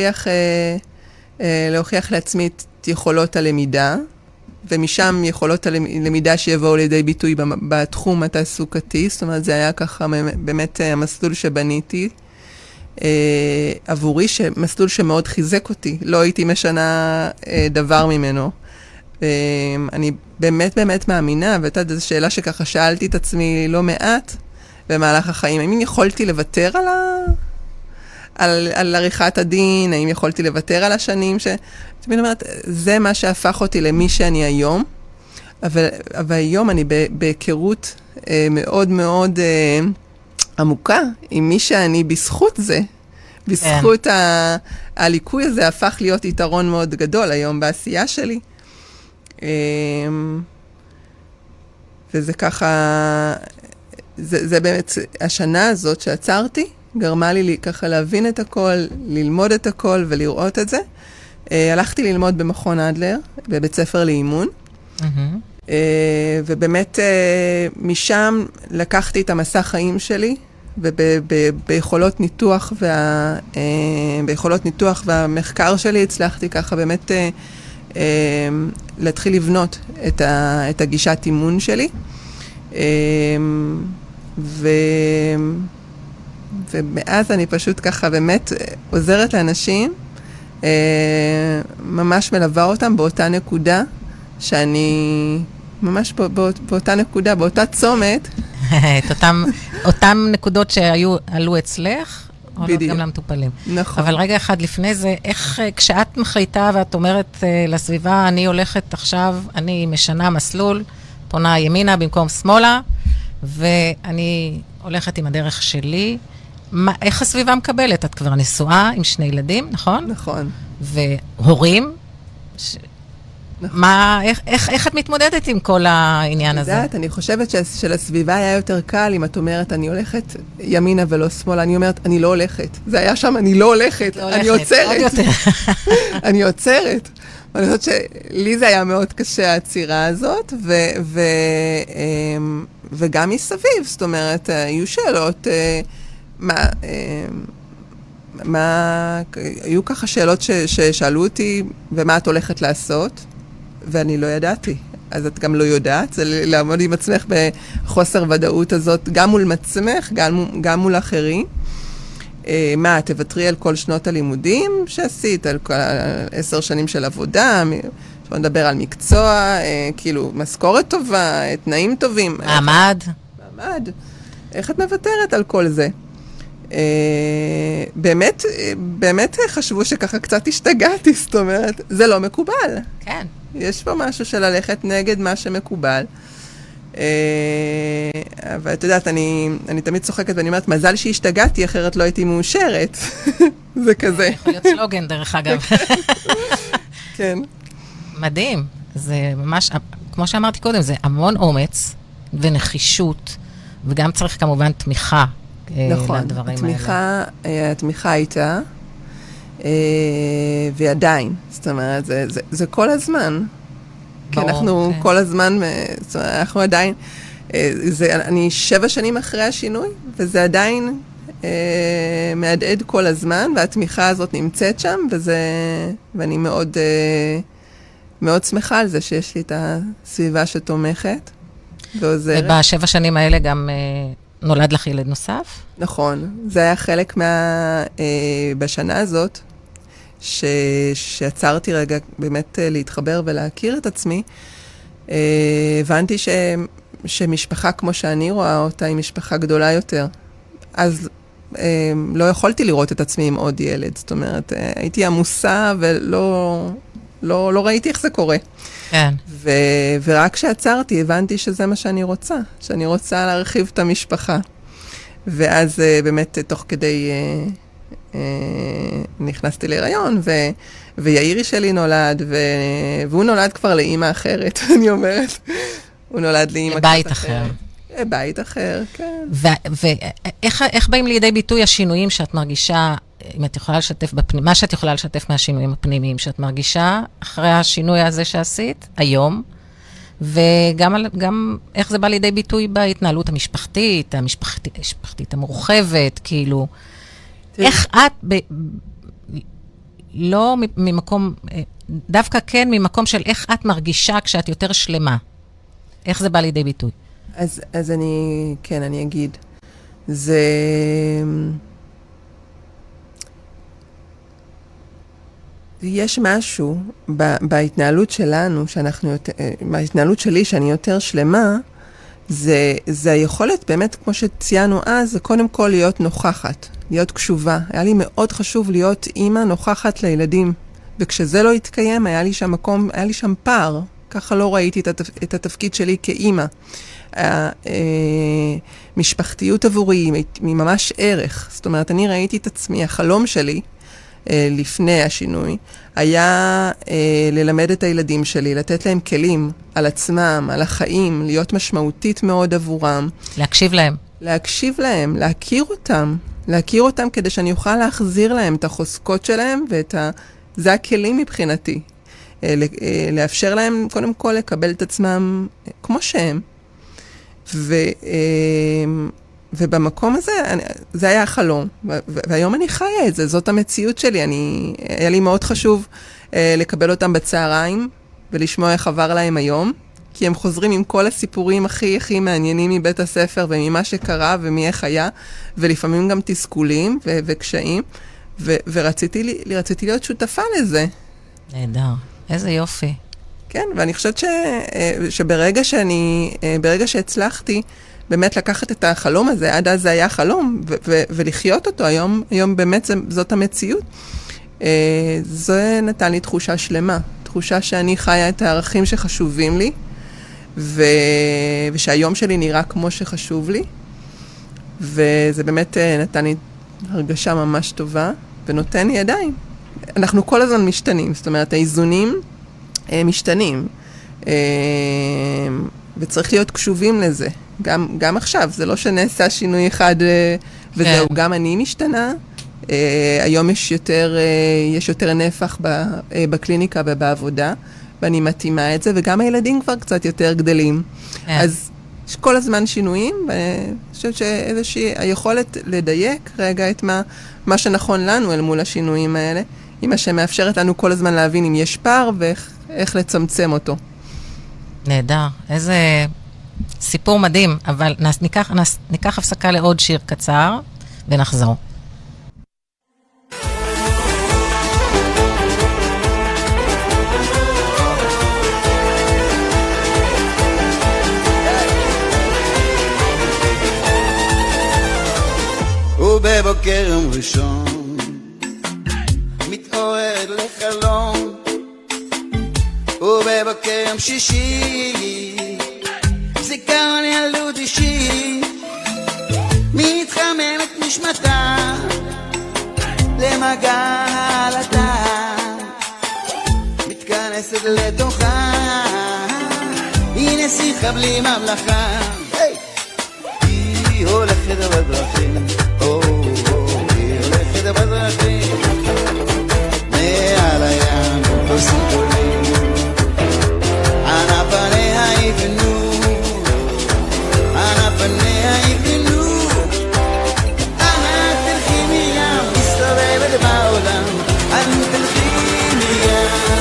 [SPEAKER 5] להוכיח לעצמי את יכולות הלמידה, ומשם יכולות הלמידה שיבואו לידי ביטוי בתחום התעסוקתי. זאת אומרת, זה היה ככה באמת המסלול שבניתי עבורי, מסלול שמאוד חיזק אותי. לא הייתי משנה דבר ממנו. אני באמת מאמינה, והייתה זו שאלה שככה שאלתי את עצמי לא מעט, במהלך החיים. האם יכולתי לוותר על עריכת הדין? האם יכולתי לוותר על השנים? תמיד אומרת, זה מה שהפך אותי למי שאני היום. אבל היום אני בהיכרות מאוד מאוד עמוקה עם מי שאני בזכות זה. בזכות הליקוי הזה הפך להיות יתרון מאוד גדול היום בעשייה שלי. וזה ככה... זה באמת, השנה הזאת שעצרתי, גרמה לי ככה להבין את הכל, ללמוד את הכל ולראות את זה. הלכתי ללמוד במכון אדלר, בבית ספר לאימון, ובאמת משם לקחתי את המסע חיים שלי, וביכולות ניתוח והמחקר שלי הצלחתי ככה באמת להתחיל לבנות את הגישת אימון שלי. ומאז אני פשוט ככה באמת עוזרת לאנשים, ממש מלווה אותם באותה נקודה, שאני ממש באותה נקודה, באותה צומת.
[SPEAKER 3] את אותם נקודות שעלו אצלך, עולות גם למטופלים.
[SPEAKER 5] נכון.
[SPEAKER 3] אבל רגע אחד לפני זה, איך כשאת מחליטה ואת אומרת לסביבה, אני הולכת עכשיו, אני משנה מסלול, פונה ימינה במקום שמאלה, ואני הולכת עם הדרך שלי, איך הסביבה מקבלת? את כבר נשואה עם 2 ילדים, נכון?
[SPEAKER 5] נכון.
[SPEAKER 3] והורים? איך את מתמודדת עם כל העניין הזה?
[SPEAKER 5] יודעת, אני חושבת שלסביבה היה יותר קל אם את אומרת, אני הולכת ימינה ולא שמאלה. אני אומרת, אני לא הולכת. זה היה שם, אני לא הולכת. אני עוצרת. אני עוצרת. אני חושבת שלי זה היה מאוד קשה, העצירה הזאת, וגם מסביב. זאת אומרת, היו שאלות, היו ככה שאלות ששאלו אותי, ומה את הולכת לעשות? ואני לא ידעתי. אז את גם לא יודעת, זה לעמוד עם עצמך בחוסר ודאות הזאת, גם מול עצמך, גם מול אחרים. מה, תוותרי על כל שנות הלימודים שעשית, על 10 שנים של עבודה, בוא נדבר על מקצוע, כאילו, משכורת טובה, תנאים טובים.
[SPEAKER 3] מעמד.
[SPEAKER 5] מעמד. איך את מוותרת על כל זה? באמת חשבו שככה קצת השתגעתי, זאת אומרת, זה לא מקובל.
[SPEAKER 3] כן.
[SPEAKER 5] יש פה משהו של ללכת נגד מה שמקובל. אבל את יודעת, אני תמיד צוחקת ואני אומרת, מזל שהשתגעתי, אחרת לא הייתי מאושרת. זה כזה.
[SPEAKER 3] יכול להיות סלוגן, דרך אגב.
[SPEAKER 5] כן.
[SPEAKER 3] מדהים. זה ממש, כמו שאמרתי קודם, זה המון אומץ ונחישות, וגם צריך כמובן תמיכה לדברים האלה.
[SPEAKER 5] התמיכה הייתה, ועדיין, זאת אומרת, זה כל הזמן. כי אנחנו כל הזמן, זאת אומרת, אנחנו עדיין, אני 7 שנים אחרי השינוי, וזה עדיין מהדהד כל הזמן, והתמיכה הזאת נמצאת שם, ואני מאוד, מאוד שמחה על זה שיש לי את הסביבה שתומכת ועוזרת.
[SPEAKER 3] וב7 שנים האלה גם נולד לך ילד נוסף?
[SPEAKER 5] נכון, זה היה חלק בשנה הזאת, שעצרתי רגע באמת להתחבר ולהכיר את עצמי, הבנתי שמשפחה כמו שאני רואה אותה היא משפחה גדולה יותר. אז לא יכולתי לראות את עצמי עם עוד ילד. זאת אומרת, הייתי עמוסה ולא ראיתי איך זה קורה.
[SPEAKER 3] כן.
[SPEAKER 5] ורק כשעצרתי הבנתי שזה מה שאני רוצה, שאני רוצה להרחיב את המשפחה. ואז באמת תוך כדי נכנסתי להיריון, ויאירי שלי נולד, והוא נולד כבר לאמא אחרת, אני אומרת. הוא נולד לאמא
[SPEAKER 3] לבית אחר.
[SPEAKER 5] בית אחר, כן.
[SPEAKER 3] ואיך באים לידי ביטוי השינויים שאת מרגישה, אם את יכולה לשתף מה שאת יכולה לשתף מהשינויים הפנימיים שאת מרגישה אחרי השינוי הזה שעשית, היום, וגם איך זה בא לידי ביטוי בהתנהלות המשפחתית המורחבת, כאילו, איך את, לא ממקום, דווקא כן ממקום של איך את מרגישה כשאת יותר שלמה, איך זה בא לידי ביטוי?
[SPEAKER 5] אז אני אגיד, יש משהו בהתנהלות שלנו, בהתנהלות שלי שאני יותר שלמה, זה היכולת באמת, כמו שציינו אז, זה קודם כל להיות נוכחת, להיות קשובה. היה לי מאוד חשוב להיות אימא נוכחת לילדים, וכשזה לא התקיים, היה לי שם מקום, היה לי שם פער, ככה לא ראיתי את התפקיד שלי כאימא. משפחתיות עבורי היא ממש ערך. זאת אומרת, אני ראיתי את עצמי, החלום שלי, לפני השינוי, היה ללמד את הילדים שלי, לתת להם כלים על עצמם, על החיים, להיות משמעותית מאוד עבורם.
[SPEAKER 3] להקשיב להם.
[SPEAKER 5] להקשיב להם, להכיר אותם כדי שאני אוכל להחזיר להם את החוזקות שלהם, זה הכלים מבחינתי. לאפשר להם קודם כל לקבל את עצמם כמו שהם. ובמקום הזה, זה היה החלום, והיום אני חיה את זה, זאת המציאות שלי. היה לי מאוד חשוב לקבל אותם בצהריים, ולשמוע איך עבר להם היום, כי הם חוזרים עם כל הסיפורים הכי מעניינים מבית הספר, וממה שקרה, ומאיך היה, ולפעמים גם תסכולים וקשיים, ורציתי להיות שותפה לזה.
[SPEAKER 3] נהדר, איזה יופי.
[SPEAKER 5] כן, ואני חושבת שברגע שהצלחתי, באמת לקחת את החלום הזה, עד אז זה היה חלום, ולחיות אותו, היום באמת זאת המציאות. זה נתן לי תחושה שלמה, תחושה שאני חיה את הערכים שחשובים לי, ושהיום שלי נראה כמו שחשוב לי, וזה באמת נתן לי הרגשה ממש טובה, ונותן לי ידיים. אנחנו כל הזמן משתנים, זאת אומרת, האיזונים משתנים, וצריך להיות קשובים לזה. גם עכשיו, זה לא שנעשה שינוי אחד וזהו, גם אני משתנה. היום יש יותר נפח בקליניקה ובעבודה, ואני מתאימה את זה, וגם הילדים כבר קצת יותר גדלים. אז יש כל הזמן שינויים, ואני חושבת שאיזושהי היכולת לדייק רגע את מה שנכון לנו אל מול השינויים האלה, היא מה שמאפשרת לנו כל הזמן להבין אם יש פער ואיך לצמצם אותו.
[SPEAKER 3] נהדר, איזה סיפור מדהים, אבל ניקח הפסקה לעוד שיר קצר ונחזור.
[SPEAKER 7] ובבוקר יום ראשון מתעוררת לחלום, ובבוקר יום שישי זיכרון ילדות אישי, מתחממת נשמתה למגע העלתה, מתכנסת לתוכה, הנה שיחה בלי ממלכה, היא הולכת בדרכים, היא הולכת בדרכים, מעל הים עושים גדולים, ענה פניה יבנו, ענה פניה יבנו, אנא תלכי מים, מסתובבת בעולם, אנא תלכי מים.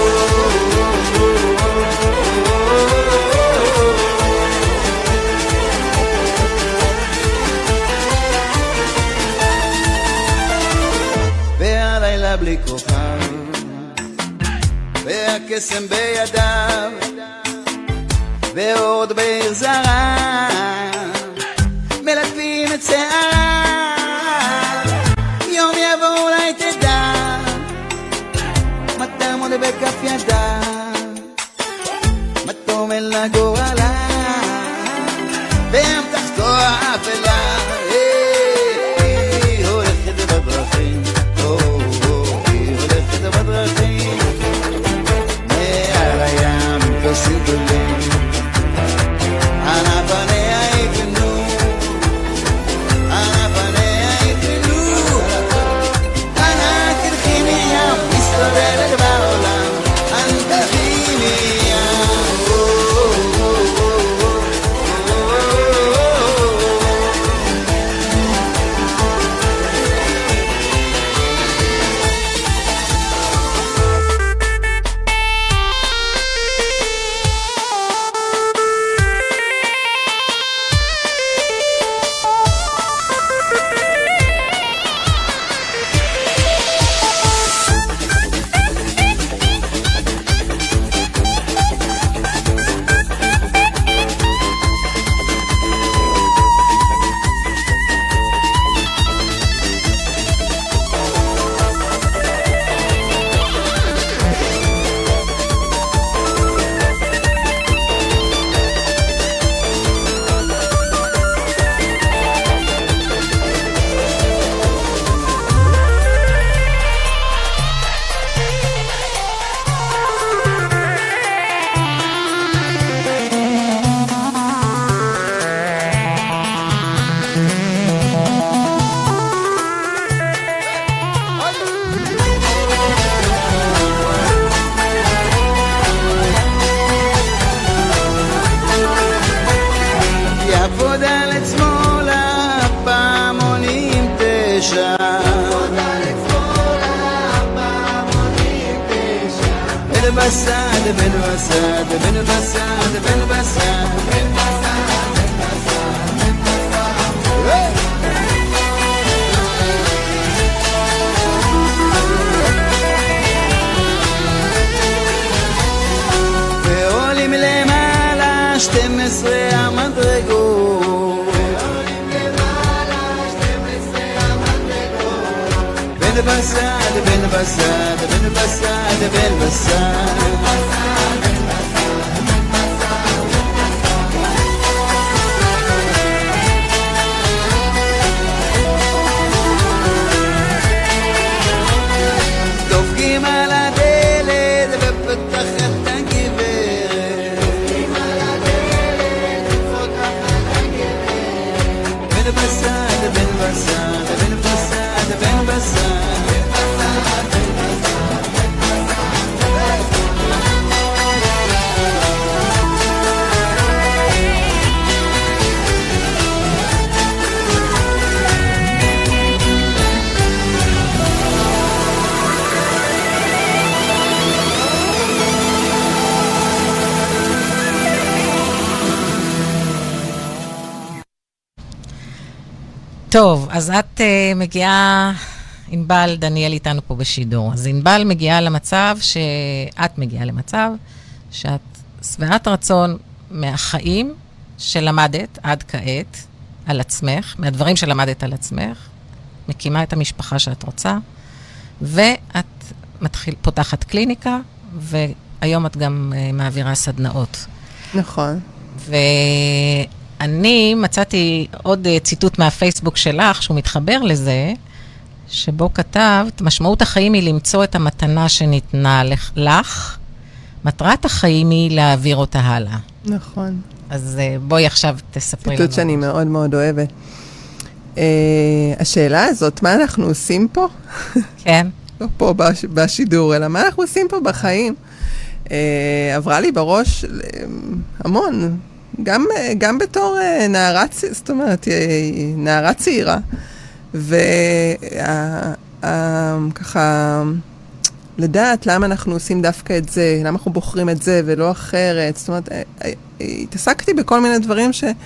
[SPEAKER 7] והלילה בלי כוכב, והקסם בידיו, ועוד בעיר זרה מלטפים את שערה, יום יבוא אולי תדע מה תעמוד בכף ידה, מה תאמר לגורלה באמתחתו האפלה, היא הולכת בדרכים, היא הולכת בדרכים, מעל הים עושים גדולים, ענה פניה יבנו, ענה פניה יבנו, ענה תלכי מים, מסתובבת בעולם, ענה תלכי מים. ועולים למעלה 12 המדרגות, بالبساد بالبساد بالبساد بالبساد דופקים על הדלת ופתחת הגברת דופקים על הדלת ופתחת הגברת بالبساد بالبساد بالبساد بالبساد
[SPEAKER 3] טוב, אז את מגיעה, ענבל דניאל איתנו פה בשידור. אז ענבל מגיעה למצב שאת מגיעה למצב שאת שבעת רצון מהחיים שלמדת עד כעת על עצמך, מהדברים שלמדת על עצמך, מקימה את המשפחה שאת רוצה, ואת פותחת קליניקה, והיום את גם מעבירה סדנאות.
[SPEAKER 5] נכון.
[SPEAKER 3] אני מצאתי עוד ציטוט מהפייסבוק שלך, שהוא מתחבר לזה, שבו כתבת, משמעות החיים היא למצוא את המתנה שניתנה לך, מטרת החיים היא להעביר אותה הלאה.
[SPEAKER 5] נכון.
[SPEAKER 3] אז בואי עכשיו תספרי לנו.
[SPEAKER 5] ציטוט שאני מאוד מאוד אוהבת. השאלה הזאת, מה אנחנו עושים פה?
[SPEAKER 3] כן.
[SPEAKER 5] לא פה בשידור, אלא מה אנחנו עושים פה בחיים? עברה לי בראש המון, גם בתור נערה, זאת אומרת, נערה צעירה, וככה, לדעת למה אנחנו עושים דווקא את זה, למה אנחנו בוחרים את זה ולא אחרת, זאת אומרת, התעסקתי בכל מיני דברים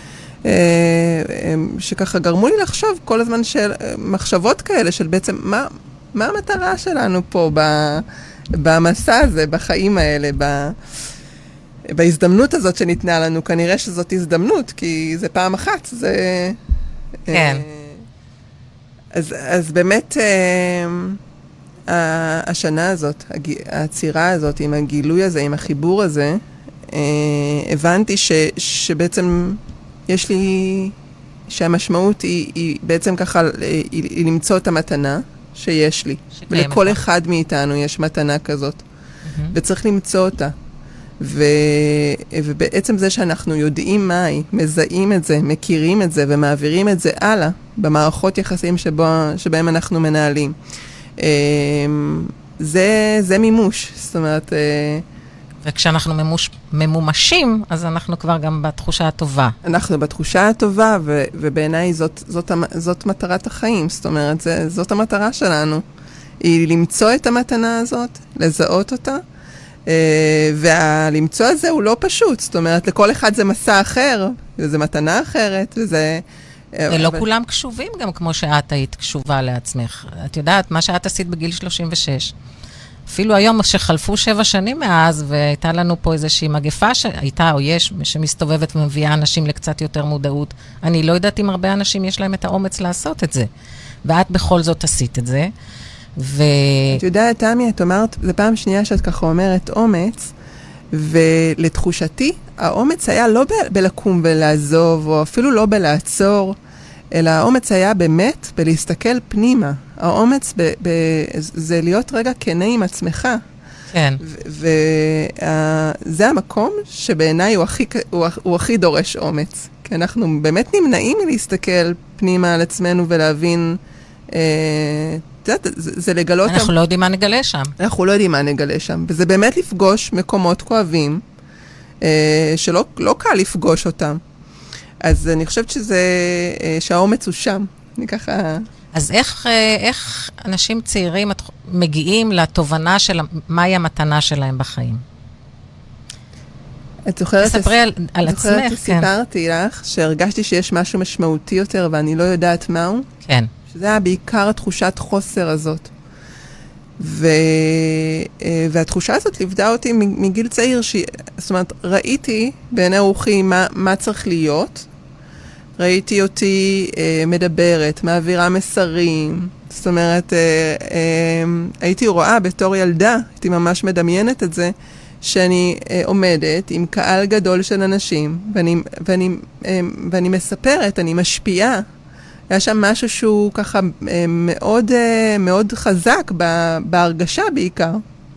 [SPEAKER 5] שככה גרמו לי לחשוב כל הזמן של מחשבות כאלה, של בעצם מה המטרה שלנו פה במסע הזה, בחיים האלה, בהזדמנות הזאת שניתנה לנו. כנראה שזאת הזדמנות, כי זה פעם אחת, זה...
[SPEAKER 3] כן.
[SPEAKER 5] אז באמת, השנה הזאת, הצעירה הזאת, עם הגילוי הזה, עם החיבור הזה, הבנתי שבעצם יש לי, שהמשמעות היא בעצם ככה, היא למצוא את המתנה שיש לי. ולכל אחד מאיתנו יש מתנה כזאת. וצריך למצוא אותה. ובעצם זה שאנחנו יודעים מהי, מזהים את זה, מכירים את זה ומעבירים את זה הלאה, במערכות יחסים שבהם אנחנו מנהלים. זה מימוש, זאת אומרת...
[SPEAKER 3] וכשאנחנו ממומשים, אז אנחנו כבר גם בתחושה הטובה.
[SPEAKER 5] אנחנו בתחושה הטובה, ובעיניי זאת מטרת החיים, זאת אומרת, זאת המטרה שלנו. היא למצוא את המתנה הזאת, לזהות אותה, והלמצוא הזה הוא לא פשוט, זאת אומרת, לכל אחד זה מסע אחר, וזה מתנה אחרת, וזה...
[SPEAKER 3] ולא כולם קשובים גם כמו שאת היית קשובה לעצמך. את יודעת, מה שאת עשית בגיל 36, אפילו היום שחלפו 7 שנים מאז, והייתה לנו פה איזושהי מגפה שהייתה או יש, שמסתובבת ומביאה אנשים לקצת יותר מודעות. אני לא יודעת אם הרבה אנשים יש להם את האומץ לעשות את זה. ואת בכל זאת עשית את זה.
[SPEAKER 5] את יודעת, תמי, את אומרת, זו פעם שנייה שאת ככה אומרת אומץ, ולתחושתי, האומץ היה לא בלקום ולעזוב, או אפילו לא בלעצור, אלא האומץ היה באמת בלהסתכל פנימה. האומץ זה להיות רגע כנה עם עצמך.
[SPEAKER 3] כן.
[SPEAKER 5] וזה המקום שבעיניי הוא הכי דורש אומץ. כי אנחנו באמת נמנעים מלהסתכל פנימה על עצמנו ולהבין... זה לגלות...
[SPEAKER 3] אנחנו לא יודעים מה נגלה שם.
[SPEAKER 5] אנחנו לא יודעים מה נגלה שם. וזה באמת לפגוש מקומות כואבים, שלא קל לפגוש אותם. אז אני חושבת שהאומץ הוא שם. אני ככה... אז
[SPEAKER 3] איך אנשים צעירים מגיעים לתובנה של מהי המתנה שלהם בחיים?
[SPEAKER 5] את זוכרת...
[SPEAKER 3] תספרי על עצמך, כן.
[SPEAKER 5] סיפרתי לך שהרגשתי שיש משהו משמעותי יותר ואני לא יודעת מהו.
[SPEAKER 3] כן.
[SPEAKER 5] שזה היה בעיקר התחושת חוסר הזאת. והתחושה הזאת ליוותה אותי מגיל צעיר, זאת אומרת, ראיתי בעיני רוחי מה צריך להיות, ראיתי אותי מדברת, מעבירה מסרים. זאת אומרת, הייתי רואה בתור ילדה, הייתי ממש מדמיינת את זה, שאני עומדת עם קהל גדול של אנשים, ואני מספרת, אני משפיעה. היה שם משהו שהוא ככה מאוד, מאוד חזק בהרגשה בעיקר.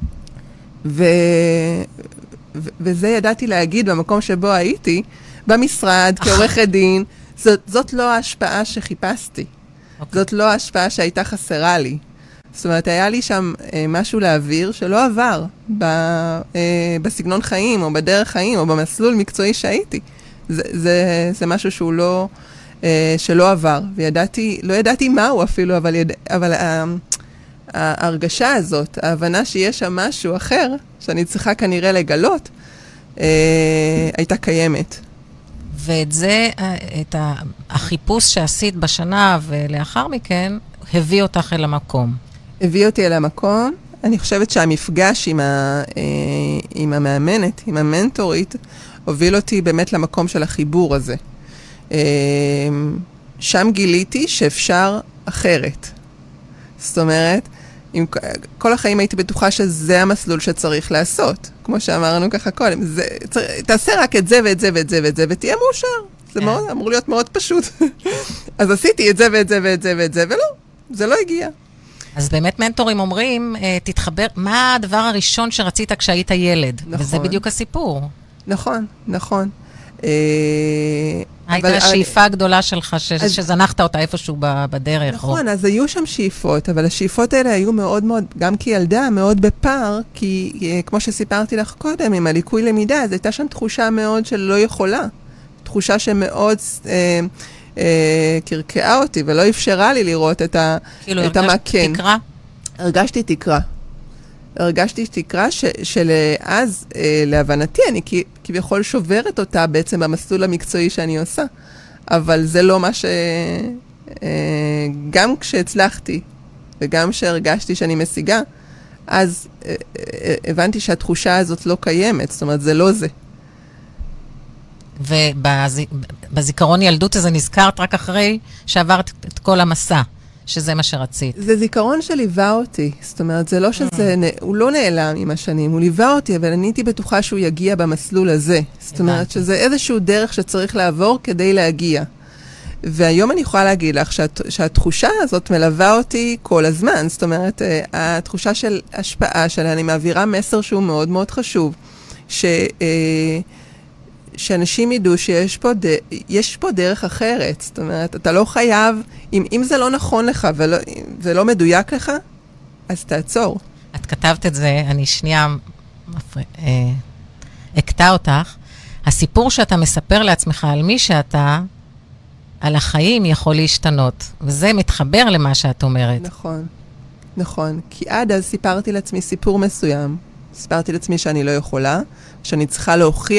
[SPEAKER 5] וזה ידעתי להגיד במקום שבו הייתי, במשרד, כעורכת דין, זאת לא ההשפעה שחיפשתי. זאת לא ההשפעה שהייתה חסרה לי. זאת אומרת, היה לי שם משהו להעביר שלא עבר בסגנון חיים, או בדרך חיים, או במסלול מקצועי שהייתי. זה משהו שהוא לא, שלא עבר. לא ידעתי מהו אפילו, אבל ההרגשה הזאת, ההבנה שיש שם משהו אחר, שאני צריכה כנראה לגלות, הייתה קיימת.
[SPEAKER 3] ואת זה, את החיפוש שעשית בשנה ולאחר מכן, הביא אותך אל המקום.
[SPEAKER 5] הביא אותי אל המקום. אני חושבת שהמפגש עם המאמנת, עם המנטורית, הוביל אותי באמת למקום של החיבור הזה. שם גיליתי שאפשר אחרת. זאת אומרת, כל החיים הייתי בטוחה שזה המסלול שצריך לעשות. כמו שאמרנו ככה קודם, תעשה רק את זה ואת זה ואת זה ואת זה, ותהיה מאושר. זה אמור להיות מאוד פשוט. אז עשיתי את זה ואת זה ואת זה ואת זה, ולא, זה לא הגיע.
[SPEAKER 3] אז באמת מנטורים אומרים, תתחבר, מה הדבר הראשון שרצית כשהיית ילד? נכון. וזה בדיוק הסיפור.
[SPEAKER 5] נכון, נכון.
[SPEAKER 3] הייתה השאיפה הגדולה שלך, שזנחת אותה איפשהו בדרך.
[SPEAKER 5] נכון, אז היו שם שאיפות, אבל השאיפות האלה היו מאוד מאוד, גם כילדה, מאוד בפער, כי כמו שסיפרתי לך קודם, עם הליקוי למידה, אז הייתה שם תחושה מאוד של לא יכולה. תחושה שמאוד קרקעה אותי, ולא אפשרה לי לראות את המקן.
[SPEAKER 3] תקרה?
[SPEAKER 5] הרגשתי תקרה. הרגשתי תקרה שלאז, להבנתי, אני כביכול שוברת אותה בעצם במסלול המקצועי שאני עושה. אבל זה לא מה גם כשהצלחתי, וגם כשהרגשתי שאני משיגה, אז הבנתי שהתחושה הזאת לא קיימת. זאת אומרת, זה לא זה.
[SPEAKER 3] ובזיכרון ילדות הזה נזכרת רק אחרי שעברת את כל המסע. שזה מה שרצית.
[SPEAKER 5] זה זיכרון שליווה אותי. זאת אומרת, זה לא שזה, הוא לא נעלם עם השנים, הוא ליווה אותי, אבל אני הייתי בטוחה שהוא יגיע במסלול הזה. זאת אומרת, שזה איזשהו דרך שצריך לעבור כדי להגיע. והיום אני יכולה להגיד לך שהתחושה הזאת מלווה אותי כל הזמן. זאת אומרת, התחושה של השפעה שלה, אני מעבירה מסר שהוא מאוד מאוד חשוב, שאנשים ידעו שיש פה דרך אחרת. זאת אומרת, אתה לא חייב, אם זה לא נכון לך ולא מדויק לך, אז תעצור.
[SPEAKER 3] את כתבת את זה, אני שנייה אקטע אותך. הסיפור שאתה מספר לעצמך על מי שאתה, על החיים יכול להשתנות. וזה מתחבר למה שאת אומרת.
[SPEAKER 5] נכון, נכון. כי עד אז סיפרתי לעצמי סיפור מסוים. סיפרתי לעצמי שאני לא יכולה, שאני צריכה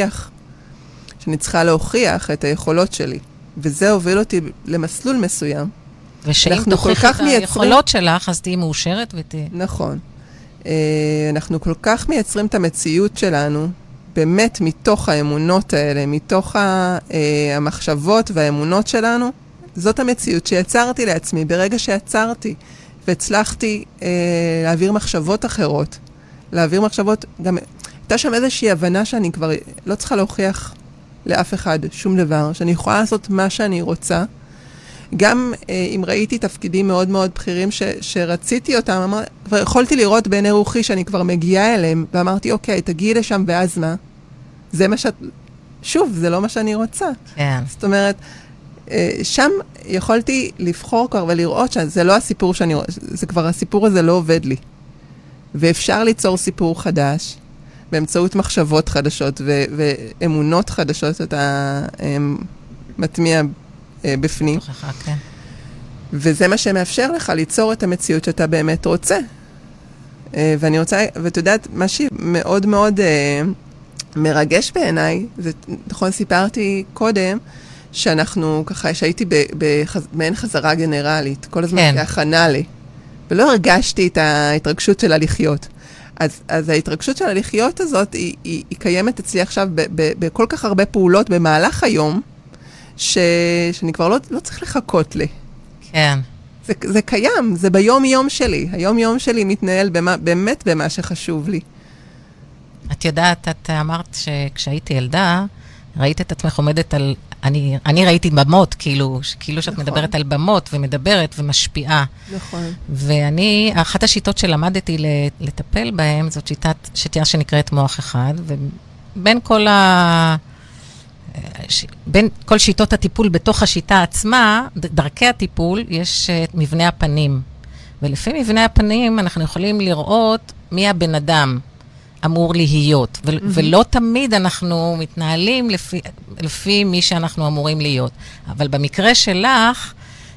[SPEAKER 5] להוכיח את היכולות שלי. וזה הוביל אותי למסלול מסוים.
[SPEAKER 3] ושאם תוכיח את היכולות שלך, אז תהי מאושרת ותהי.
[SPEAKER 5] נכון. אנחנו כל כך מייצרים את המציאות שלנו, באמת מתוך האמונות האלה, מתוך המחשבות והאמונות שלנו, זאת המציאות שיצרתי לעצמי. ברגע שיצרתי והצלחתי להעביר מחשבות אחרות, להעביר מחשבות, גם הייתה שם איזושהי הבנה שאני כבר לא צריכה להוכיח לאף אחד שום דבר, שאני יכולה לעשות מה שאני רוצה. גם אם ראיתי תפקידים מאוד מאוד בכירים שרציתי אותם, כבר יכולתי לראות בעיני רוחי שאני כבר מגיעה אליהם, ואמרתי, אוקיי, תגיעי לשם ואז מה? זה מה שוב, זה לא מה שאני רוצה.
[SPEAKER 3] כן.
[SPEAKER 5] זאת אומרת, שם יכולתי לבחור כבר ולראות שזה לא הסיפור שאני רואה, זה כבר הסיפור הזה לא עובד לי. ואפשר ליצור סיפור חדש, באמצעות מחשבות חדשות ואמונות חדשות, אתה מטמיע בפנים.
[SPEAKER 3] כן.
[SPEAKER 5] וזה מה שמאפשר לך ליצור את המציאות שאתה באמת רוצה. ואני רוצה, ואת יודעת, מה שמאוד מאוד מרגש בעיניי, זה נכון, סיפרתי קודם, שאנחנו ככה, שהייתי במעין חזרה גנרלית, כל הזמן כן. כהכנה לי, ולא הרגשתי את ההתרגשות שלה לחיות. אז ההתרגשות של הלחיות הזאת היא קיימת אצלי עכשיו בכל כך הרבה פעולות במהלך היום, שאני כבר לא צריך לחכות לי.
[SPEAKER 3] כן.
[SPEAKER 5] זה קיים, זה ביום-יום שלי. היום-יום שלי מתנהל באמת במה שחשוב לי.
[SPEAKER 3] את יודעת, את אמרת שכשהייתי ילדה, ראית את עצמך עומדת על... אני ראיתי במות, כאילו שאת מדברת על במות, ומדברת ומשפיעה.
[SPEAKER 5] נכון.
[SPEAKER 3] ואני, אחת השיטות שלמדתי לטפל בהן, זאת שיטה שנקראת מוח אחד, ובין בין כל שיטות הטיפול בתוך השיטה עצמה, דרכי הטיפול, יש מבנה הפנים. ולפי מבנה הפנים אנחנו יכולים לראות מי הבן אדם אמור להיות. ולא תמיד אנחנו מתנהלים לפי מי שאנחנו אמורים להיות. אבל במקרה שלך,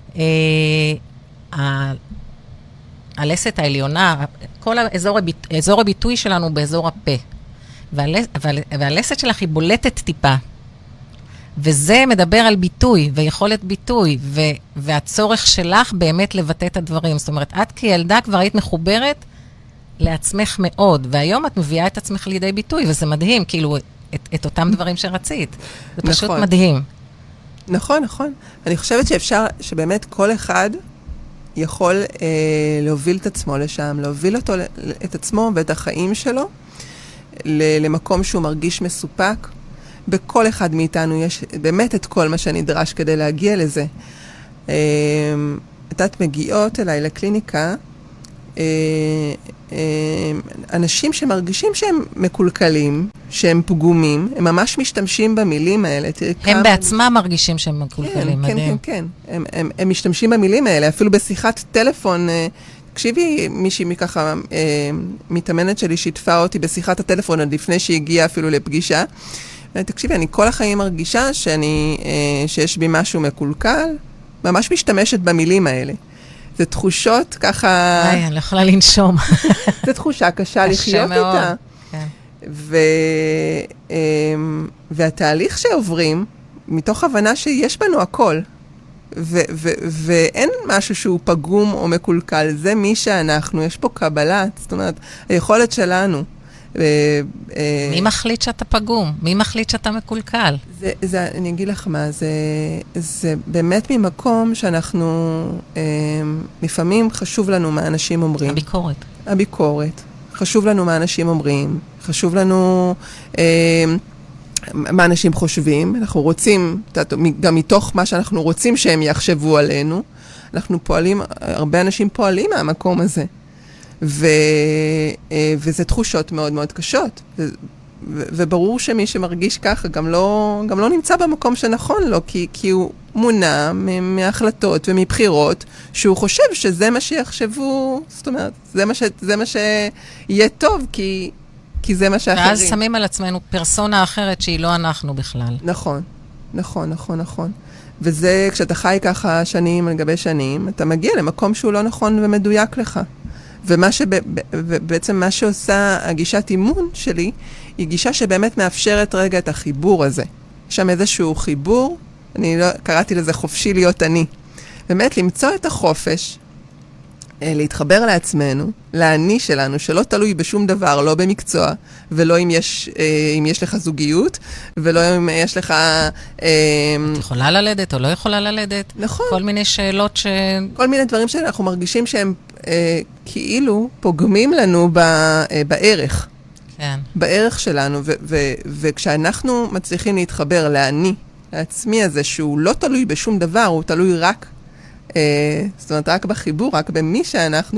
[SPEAKER 3] הלסת העליונה, כל אזור הביטוי שלנו באזור הפה. והלסת שלך היא בולטת טיפה. וזה מדבר על ביטוי ויכולת ביטוי, והצורך שלך באמת לבטא את הדברים. זאת אומרת, את כילדה כבר היית מחוברת לעצמך מאוד, והיום את מביאה את עצמך לידי ביטוי, וזה מדהים, כאילו, את אותם דברים שרצית. זה פשוט מדהים.
[SPEAKER 5] נכון, נכון. אני חושבת שבאמת כל אחד יכול להוביל את עצמו לשם, להוביל את עצמו ואת החיים שלו למקום שהוא מרגיש מסופק. בכל אחד מאיתנו יש באמת את כל מה שנדרש כדי להגיע לזה. את מגיעות אליי לקליניקה, אנשים שמרגישים שהם מקולקלים, שהם פגומים, הם ממש משתמשים במילים האלה.
[SPEAKER 3] הם בעצמם מרגישים שהם מקולקלים, מדהים.
[SPEAKER 5] כן, כן, כן. הם משתמשים במילים האלה, אפילו בשיחת טלפון. תקשיבי, מישהי מככה מתאמנת שלי שיתפה אותי בשיחת הטלפון עד לפני שהגיעה אפילו לפגישה. תקשיבי, אני כל החיים מרגישה שיש בי משהו מקולקל, ממש משתמשת במילים האלה. זה תחושות ככה...
[SPEAKER 3] אני לא יכולה לנשום.
[SPEAKER 5] זה תחושה קשה לחיות איתה.
[SPEAKER 3] כן.
[SPEAKER 5] והתהליך שעוברים, מתוך הבנה שיש בנו הכל, ואין משהו שהוא פגום או מקולקל, זה מי שאנחנו, יש פה קבלה, זאת אומרת, היכולת שלנו.
[SPEAKER 3] מי מחליט שאתה פגום? מי מחליט שאתה מקולקל?
[SPEAKER 5] אני אגיד לך מה, זה באמת ממקום שאנחנו, לפעמים חשוב לנו מה אנשים אומרים. הביקורת. חשוב לנו מה אנשים אומרים. חשוב לנו מה אנשים חושבים. אנחנו רוצים, גם מתוך מה שאנחנו רוצים שהם יחשבו עלינו, אנחנו פועלים, הרבה אנשים פועלים מהמקום הזה. וזה תחושות מאוד מאוד קשות. וברור שמי שמרגיש ככה גם לא נמצא במקום שנכון לו, כי הוא מונע מהחלטות ומבחירות, שהוא חושב שזה מה שיחשבו, זאת אומרת, זה מה שיהיה טוב, כי זה מה שאחרים.
[SPEAKER 3] ואז שמים על עצמנו פרסונה אחרת שהיא לא אנחנו בכלל.
[SPEAKER 5] נכון, נכון, נכון, נכון. וזה, כשאתה חי ככה שנים על גבי שנים, אתה מגיע למקום שהוא לא נכון ומדויק לך. ובעצם מה שעושה הגישת אימון שלי, היא גישה שבאמת מאפשרת רגע את החיבור הזה. יש שם איזשהו חיבור, אני לא, קראתי לזה חופשי להיות אני. באמת למצוא את החופש, להתחבר לעצמנו, לאני שלנו, שלא תלוי בשום דבר, לא במקצוע, ולא אם יש לך זוגיות, ולא אם יש לך...
[SPEAKER 3] את יכולה ללדת או לא יכולה ללדת.
[SPEAKER 5] נכון.
[SPEAKER 3] כל מיני שאלות
[SPEAKER 5] כל מיני דברים שאנחנו מרגישים שהם כאילו פוגמים לנו בערך.
[SPEAKER 3] כן.
[SPEAKER 5] בערך שלנו, וכשאנחנו מצליחים להתחבר לאני, לעצמי הזה, שהוא לא תלוי בשום דבר, הוא תלוי רק זאת אומרת, רק בחיבור, רק במי שאנחנו,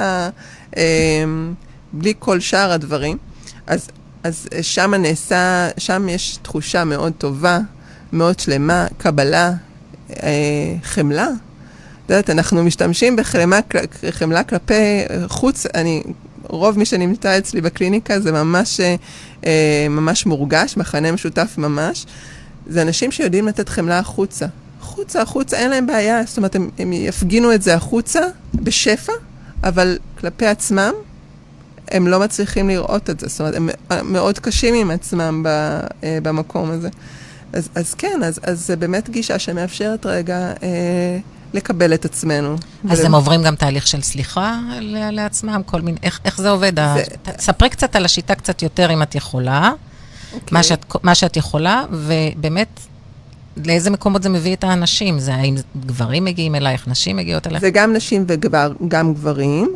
[SPEAKER 5] בלי כל שאר הדברים. אז שם יש תחושה מאוד טובה, מאוד שלמה, קבלה, חמלה. יודעת, אנחנו משתמשים בחמלה כלפי חוץ. רוב מי שנמצא אצלי בקליניקה זה ממש מורגש, מחנה משותף ממש. זה אנשים שיודעים לתת חמלה החוצה. החוצה, אין להם בעיה, זאת אומרת, הם יפגינו את זה החוצה, בשפע, אבל כלפי עצמם, הם לא מצליחים לראות את זה, זאת אומרת, הם מאוד קשים עם עצמם במקום הזה. אז כן, אז זה באמת גישה שמאפשרת רגע לקבל את עצמנו.
[SPEAKER 3] אז הם עוברים גם תהליך של סליחה לעצמם, כל מיני, איך זה עובד? ספרי קצת על השיטה קצת יותר אם את יכולה, מה שאת יכולה, ובאמת, לאיזה מקומות זה מביא את האנשים? זה האם גברים מגיעים אלייך, נשים מגיעות אלייך?
[SPEAKER 5] זה גם נשים וגם גברים,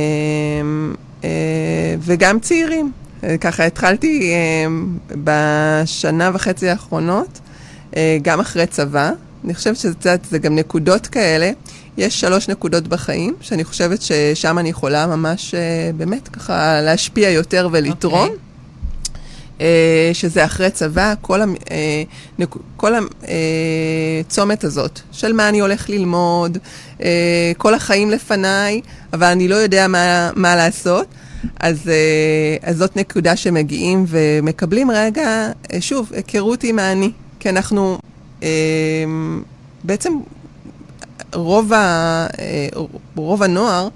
[SPEAKER 5] וגם צעירים. ככה התחלתי בשנה וחצי האחרונות, גם אחרי צבא. אני חושבת שזה גם נקודות כאלה. יש 3 נקודות בחיים, שאני חושבת ששם אני יכולה ממש באמת ככה להשפיע יותר ולתרום. שזה אחרי צבא, כל הצומת הזאת, של מה אני הולך ללמוד, כל החיים לפניי, אבל אני לא יודע מה לעשות. אז זאת נקודה שמגיעים ומקבלים רגע, שוב, היכרות עם אני, כי אנחנו בעצם רוב הנוער,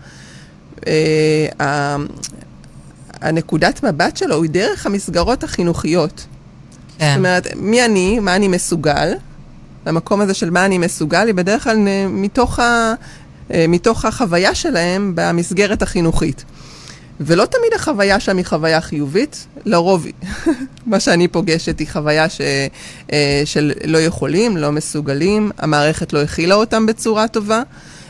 [SPEAKER 5] הנקודת מבט שלו היא דרך המסגרות החינוכיות. כן. זאת אומרת, מי אני, מה אני מסוגל, למקום הזה של מה אני מסוגל, היא בדרך כלל מתוך החוויה שלהם במסגרת החינוכית. ולא תמיד החוויה שם היא חוויה חיובית, לרוב מה שאני פוגשת היא חוויה של לא יכולים, לא מסוגלים, המערכת לא הכילה אותם בצורה טובה,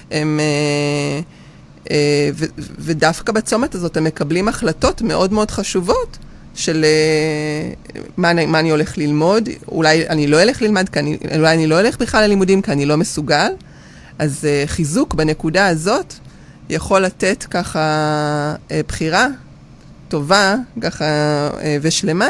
[SPEAKER 5] ודווקא בצומת הזאת הם מקבלים החלטות מאוד מאוד חשובות של מה אני הולך ללמוד, אולי אני לא אלך ללמד, אולי אני לא אלך בכלל ללימודים כי אני לא מסוגל, אז חיזוק בנקודה הזאת יכול לתת ככה בחירה טובה ככה ושלמה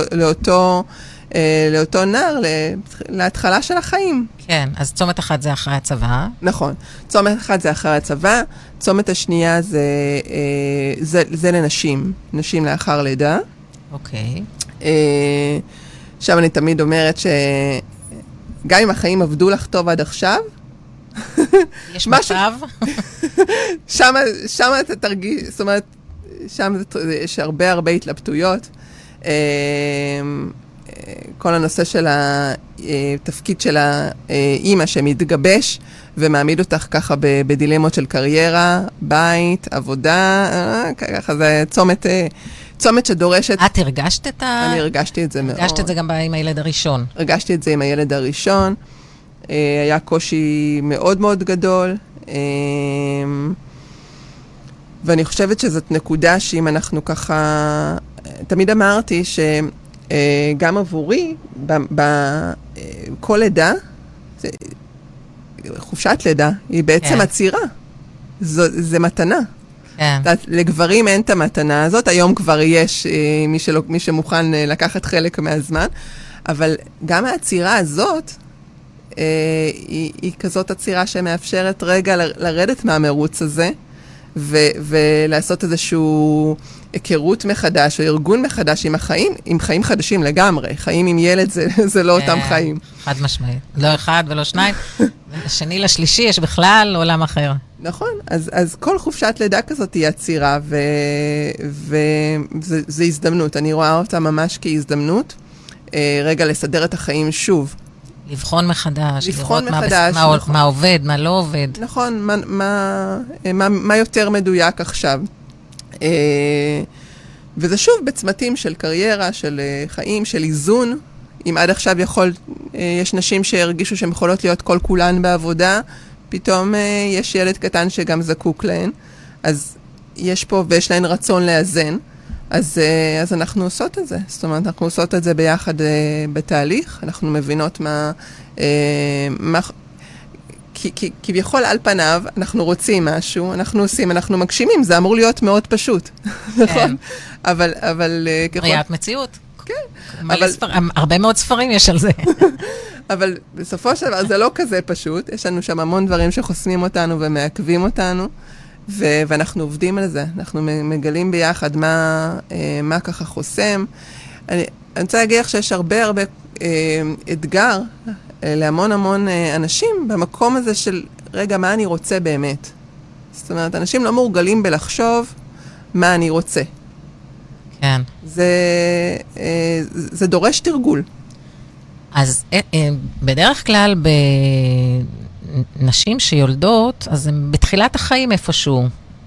[SPEAKER 5] לאותו נער, להתחלה של החיים.
[SPEAKER 3] כן, אז צומת אחד זה אחרי הצבא.
[SPEAKER 5] נכון, צומת אחד זה אחרי הצבא, צומת השנייה זה לנשים, נשים לאחר לידה.
[SPEAKER 3] אוקיי.
[SPEAKER 5] עכשיו אני תמיד אומרת שגם אם החיים עבדו לך טוב עד עכשיו,
[SPEAKER 3] יש מצב?
[SPEAKER 5] שם אתה תרגיש, זאת אומרת, שם יש הרבה התלבטויות. כל הנושא של התפקיד של האימא שמתגבש ומעמיד אותך ככה בדילמות של קריירה, בית, עבודה, ככה זה צומת שדורשת...
[SPEAKER 3] את הרגשת את
[SPEAKER 5] אני הרגשתי את זה מאוד.
[SPEAKER 3] הרגשת את זה גם עם הילד הראשון.
[SPEAKER 5] הרגשתי את זה עם הילד הראשון. היה קושי מאוד מאוד גדול. ואני חושבת שזאת נקודה שאם אנחנו ככה... תמיד אמרתי שגם עבורי, כל לידה, חופשת לידה, היא בעצם עצירה. זה מתנה. לגברים אין את המתנה הזאת, היום כבר יש מי שמוכן לקחת חלק מהזמן, אבל גם העצירה הזאת, היא כזאת עצירה שמאפשרת רגע לרדת מהמרוץ הזה, ולעשות איזשהו היכרות מחדש, או ארגון מחדש עם החיים, עם חיים חדשים לגמרי. חיים עם ילד זה לא אותם חיים.
[SPEAKER 3] חד משמעית. לא אחד ולא שניים. השני לשלישי יש בכלל עולם אחר.
[SPEAKER 5] נכון. אז כל חופשת לידה כזאת היא עצירה, וזה הזדמנות. אני רואה אותה ממש כהזדמנות. רגע לסדר את החיים שוב.
[SPEAKER 3] לבחון מחדש.
[SPEAKER 5] לבחון מחדש.
[SPEAKER 3] מה עובד, מה לא עובד.
[SPEAKER 5] נכון. מה יותר מדויק עכשיו. וזה שוב בצמתים של קריירה, של חיים, של איזון. אם עד עכשיו יש נשים שהרגישו שהן יכולות להיות כל כולן בעבודה, פתאום יש ילד קטן שגם זקוק להן. אז יש פה, ויש להן רצון לאזן. אז אנחנו עושות את זה. זאת אומרת, אנחנו עושות את זה ביחד בתהליך. אנחנו מבינות מה כביכול על פניו, אנחנו רוצים משהו, אנחנו עושים, אנחנו מגשימים, זה אמור להיות מאוד פשוט. נכון? אבל
[SPEAKER 3] ראיית מציאות.
[SPEAKER 5] כן.
[SPEAKER 3] הרבה מאוד ספרים יש על זה.
[SPEAKER 5] אבל בסופו של דבר זה לא כזה פשוט. יש לנו שם המון דברים שחוסמים אותנו ומעכבים אותנו, ואנחנו עובדים על זה. אנחנו מגלים ביחד מה ככה חוסם. אני רוצה להגיד לך שיש הרבה אתגר להמון אנשים במקום הזה של, רגע, מה אני רוצה באמת? זאת אומרת, אנשים לא מורגלים בלחשוב מה אני רוצה.
[SPEAKER 3] כן.
[SPEAKER 5] זה דורש תרגול.
[SPEAKER 3] אז בדרך כלל בנשים שיולדות, אז הן בתחילת החיים איפשהו,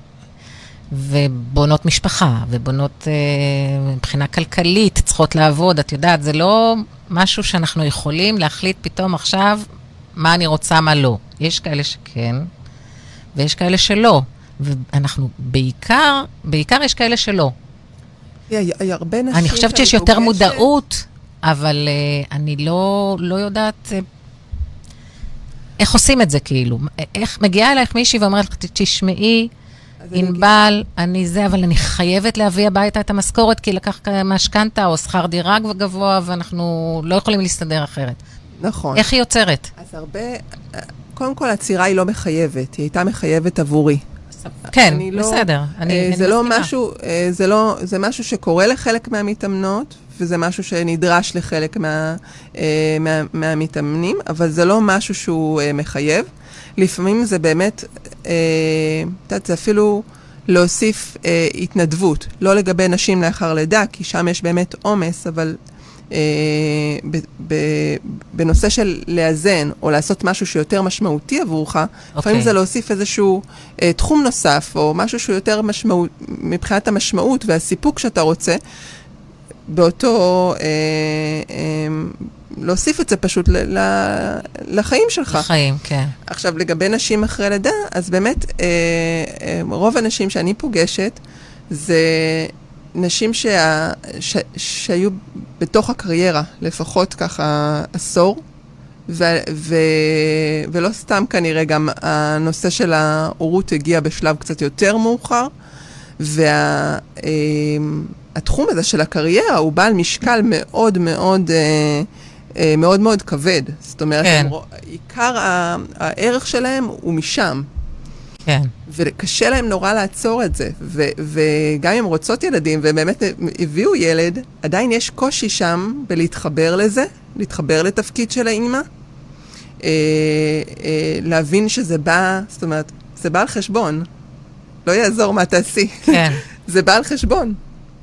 [SPEAKER 3] ובונות משפחה, ובונות מבחינה כלכלית, צריכות לעבוד, את יודעת, זה לא משהו שאנחנו יכולים להחליט פתאום עכשיו מה אני רוצה, מה לא. יש כאלה שכן, ויש כאלה שלא. ואנחנו בעיקר יש כאלה שלא.
[SPEAKER 5] הרבה נשים
[SPEAKER 3] אני חושבת שיש יותר מודעות, אבל אני לא יודעת איך עושים את זה כאילו. איך מגיעה אלייך מישהי ואומרת לך, תשמעי, ענבל, אבל אני חייבת להביא הביתה את המשכורת, כי לקח משכנתה או שכר דירה גבוה, ואנחנו לא יכולים להסתדר אחרת.
[SPEAKER 5] נכון.
[SPEAKER 3] איך היא יוצרת?
[SPEAKER 5] אז קודם כל, הצירה היא לא מחייבת, היא הייתה מחייבת עבורי.
[SPEAKER 3] כן, בסדר.
[SPEAKER 5] זה לא משהו, זה משהו שקורה לחלק מהמתאמנות, וזה משהו שנדרש לחלק מהמתאמנים, אבל זה לא משהו שהוא מחייב. לפעמים זה באמת, זה אפילו להוסיף התנדבות, לא לגבי נשים לאחר לידה, כי שם יש באמת עומס, אבל בנושא של לאזן, או לעשות משהו שיותר משמעותי עבורך, לפעמים זה להוסיף איזשהו תחום נוסף, או משהו שהוא יותר משמעות, מבחינת המשמעות והסיפוק שאתה רוצה, באותו, להוסיף את זה פשוט לחיים שלך.
[SPEAKER 3] לחיים, כן.
[SPEAKER 5] עכשיו, לגבי נשים אחרי לידה, אז באמת, רוב הנשים שאני פוגשת, זה נשים שהיו בתוך הקריירה, לפחות ככה עשור, ולא סתם כנראה גם הנושא של ההורות הגיע בשלב קצת יותר מאוחר, והתחום הזה של הקריירה הוא בעל משקל מאוד מאוד מאוד מאוד כבד. זאת אומרת,
[SPEAKER 3] כן.
[SPEAKER 5] עיקר הערך שלהם הוא משם.
[SPEAKER 3] כן.
[SPEAKER 5] וקשה להם נורא לעצור את זה. וגם אם רוצות ילדים, ובאמת הביאו ילד, עדיין יש קושי שם בלהתחבר לזה, להתחבר לתפקיד של האמא, להבין שזה בא, זאת אומרת, זה בא על חשבון. לא יעזור מה תעשי. כן. זה בא על חשבון.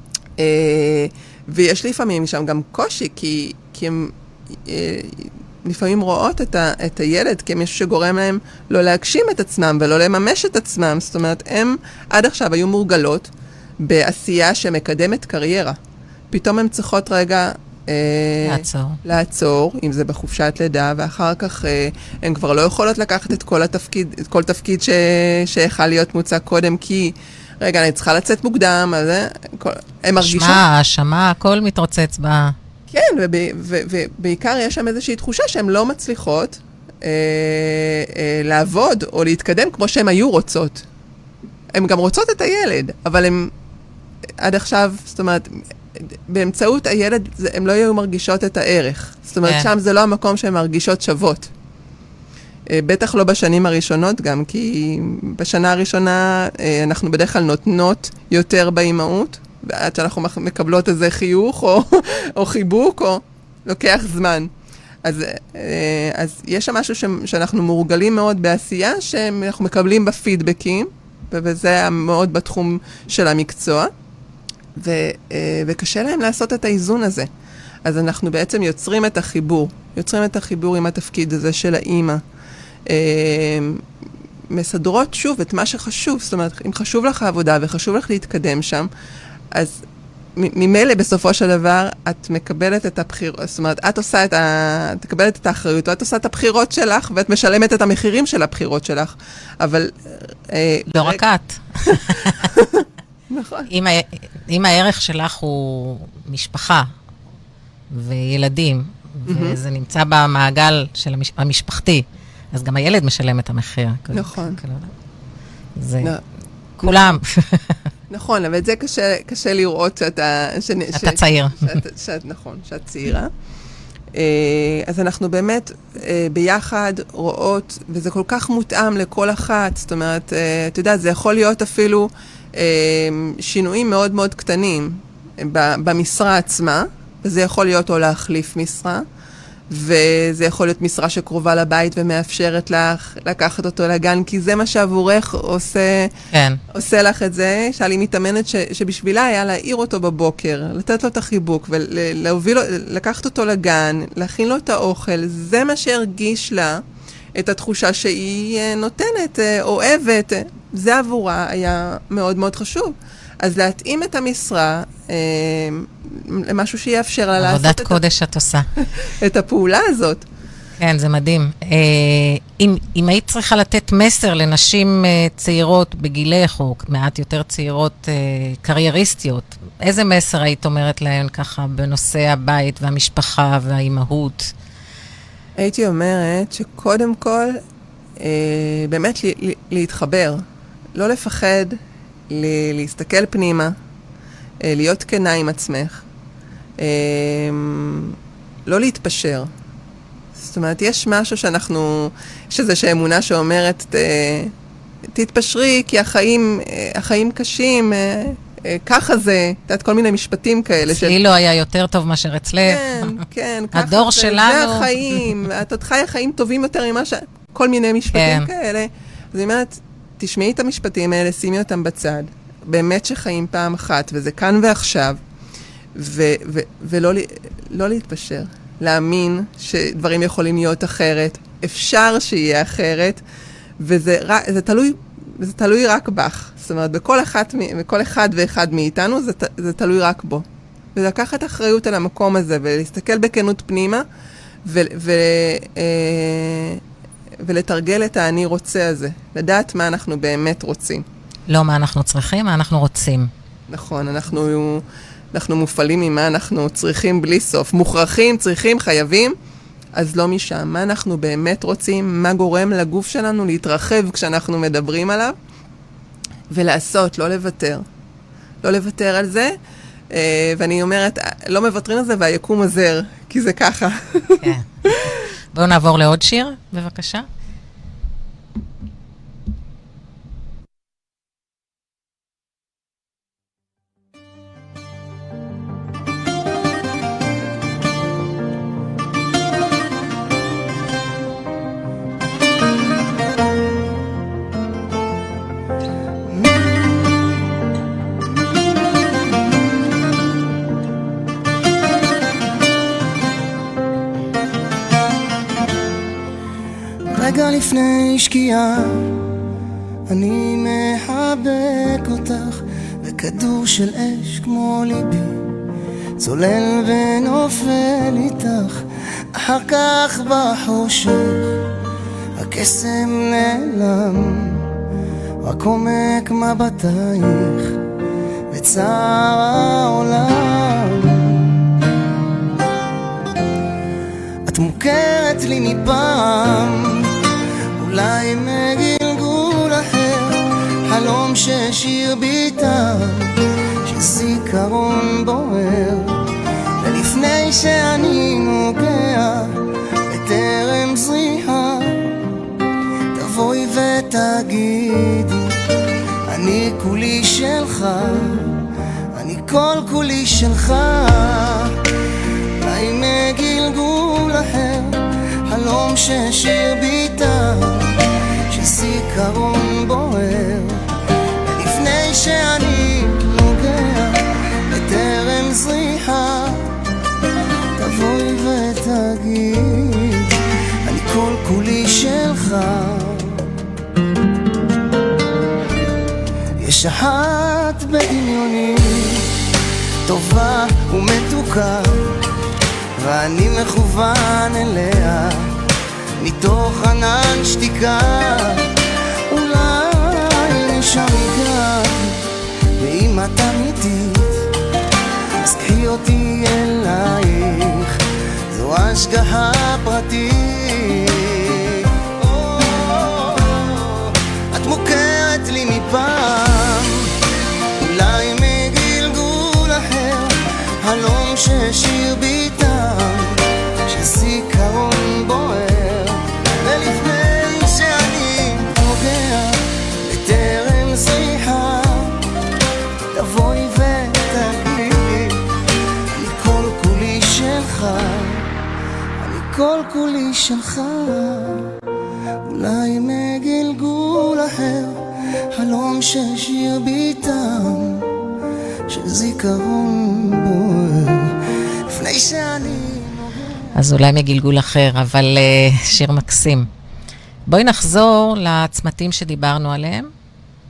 [SPEAKER 5] ויש לפעמים שם גם קושי, כי הם לפעמים רואות את הילד כמישהו שגורם להם לא להגשים את עצמם ולא לממש את עצמם. זאת אומרת, הם עד עכשיו היו מורגלות בעשייה שמקדמת קריירה. פתאום הן צריכות רגע לעצור, אם זה בחופשת לידה, ואחר כך הן כבר לא יכולות לקחת את כל תפקיד שיכל להיות מוצע קודם, כי רגע, אני צריכה לצאת מוקדם, אז הם מרגישות...
[SPEAKER 3] שמע, הכל מתרוצץ בה.
[SPEAKER 5] כן, ובעיקר יש שם איזושהי תחושה שהן לא מצליחות לעבוד או להתקדם כמו שהן היו רוצות. הן גם רוצות את הילד, אבל הן עד עכשיו, זאת אומרת, באמצעות הילד הן לא היו מרגישות את הערך. זאת אומרת, שם זה לא המקום שהן מרגישות שוות. בטח לא בשנים הראשונות גם, כי בשנה הראשונה אנחנו בדרך כלל נותנות יותר באימהות, ועד שאנחנו מקבלות איזה חיוך או חיבוק, או לוקח זמן. אז יש שם משהו שאנחנו מורגלים מאוד בעשייה, שאנחנו מקבלים בפידבקים, וזה מאוד בתחום של המקצוע, וקשה להם לעשות את האיזון הזה. אז אנחנו בעצם יוצרים את החיבור עם התפקיד הזה של האימא. מסדרות שוב את מה שחשוב, זאת אומרת, אם חשוב לך העבודה וחשוב לך להתקדם שם, אז ממילא בסופו של דבר את מקבלת את הבחירות, זאת אומרת, את תקבלת את האחריות, ואת עושה את הבחירות שלך, ואת משלמת את המחירים של הבחירות שלך, אבל...
[SPEAKER 3] לא רק את.
[SPEAKER 5] נכון.
[SPEAKER 3] אם הערך שלך הוא משפחה וילדים, וזה נמצא במעגל של המשפחתי, אז גם הילד משלם את המחיר.
[SPEAKER 5] נכון.
[SPEAKER 3] זה כולם.
[SPEAKER 5] נכון, אבל את זה קשה לראות שאתה
[SPEAKER 3] צעיר.
[SPEAKER 5] נכון, שאת צעירה. אז אנחנו באמת ביחד רואות, וזה כל כך מותאם לכל אחת, זאת אומרת, אתה יודע, זה יכול להיות אפילו שינויים מאוד מאוד קטנים במשרה עצמה, וזה יכול להיות או להחליף משרה, וזה יכול להיות משרה שקרובה לבית ומאפשרת לך לקחת אותו לגן, כי זה מה שעבורך עושה לך את זה, שאלי מתאמנת שבשבילה היה להעיר אותו בבוקר, לתת לו את החיבוק, ולקחת אותו לגן, להכין לו את האוכל, זה מה שהרגיש לה את התחושה שהיא נותנת, אוהבת, זה עבורה היה מאוד מאוד חשוב. אז להתאים את המשרה למשהו שיאפשר לה לעשות
[SPEAKER 3] עבודת קודש את עושה.
[SPEAKER 5] את הפעולה הזאת.
[SPEAKER 3] כן, זה מדהים. אם היית צריכה לתת מסר לנשים צעירות בגילך, או מעט יותר צעירות קרייריסטיות, איזה מסר היית אומרת להן ככה בנושא הבית והמשפחה והאימהות?
[SPEAKER 5] הייתי אומרת שקודם כל, באמת להתחבר, לא לפחד, להסתכל פנימה, להיות כנה עם עצמך, לא להתפשר. זאת אומרת, יש משהו יש איזושהי אמונה שאומרת, תתפשרי, כי החיים קשים, ככה זה, את כל מיני משפטים כאלה.
[SPEAKER 3] אצלי לא היה יותר טוב מאשר אצלך.
[SPEAKER 5] כן, כן, ככה
[SPEAKER 3] הדור שלנו.
[SPEAKER 5] זה החיים, את חיה חיים טובים יותר ממה כל מיני משפטים כאלה. אז אני אומרת, תשמעי את המשפטים האלה, שימי אותם בצד. באמת שחיים פעם אחת, וזה כאן ועכשיו, ולא להתפשר. להאמין שדברים יכולים להיות אחרת, אפשר שיהיה אחרת, וזה תלוי רק בך. זאת אומרת, בכל אחד ואחד מאיתנו, זה תלוי רק בו. ולקחת אחריות על המקום הזה, ולהסתכל בכנות פנימה, ולתרגל את האני רוצה הזה. לדעת מה אנחנו באמת רוצים.
[SPEAKER 3] לא מה אנחנו צריכים, מה אנחנו רוצים.
[SPEAKER 5] נכון, אנחנו מופעלים ממה אנחנו צריכים בלי סוף. מוכרחים, צריכים, חייבים, אז לא משם. מה אנחנו באמת רוצים, מה גורם לגוף שלנו להתרחב כשאנחנו מדברים עליו, ולעשות, לא לוותר. לא לוותר על זה, ואני אומרת, לא מוותרים על זה והיקום עוזר, כי זה ככה.
[SPEAKER 3] כן. בואו נעבור לעוד שיר, בבקשה.
[SPEAKER 8] רגע לפני שקיעה אני מחבק אותך, וכדור של אש כמו ליבי צולל ונופל איתך. אחר כך בחושך הקסם נעלם, רק עומק מבטייך וצער העולם. את מוכרת לי מפעם, אולי מגלגול אחר, חלום ששיר ביטה, שזיכרון בוער. ולפני שאני נוגע בטרם זריחה, תבואי ותגידי, אני כולי שלך, אני כל כולי שלך. אולי מגלגול אחר, חלום ששיר ביטה, שזיכרון בוער. ולפני שאני נוגע בטרם זריחה, תבואי ותגיד, אני כל כולי שלך. יש אחת בדמיוני, טובה ומתוקה, ואני מכוון אליה מתוך ענן שתיקה. אולי נשם הגעת, ואם את אמיתית אז קחי אותי אלייך, זו השגחה פרטית. את מוכרת לי מפעם, אולי מגלגול אחר, חלום ששיר ביטה, שזיכרון בוער. ולפני שאני נוגע בטרם זריחה, תבואי ותגידי, אני כל כולי שלך, אני כל כולי שלך. אולי מגלגול אחר, חלום ששיר ביטה, שזיכרון בוער. לפני שאני...
[SPEAKER 3] אז אולי מגלגול אחר, אבל שיר מקסים. בואי נחזור לצמתים שדיברנו עליהם.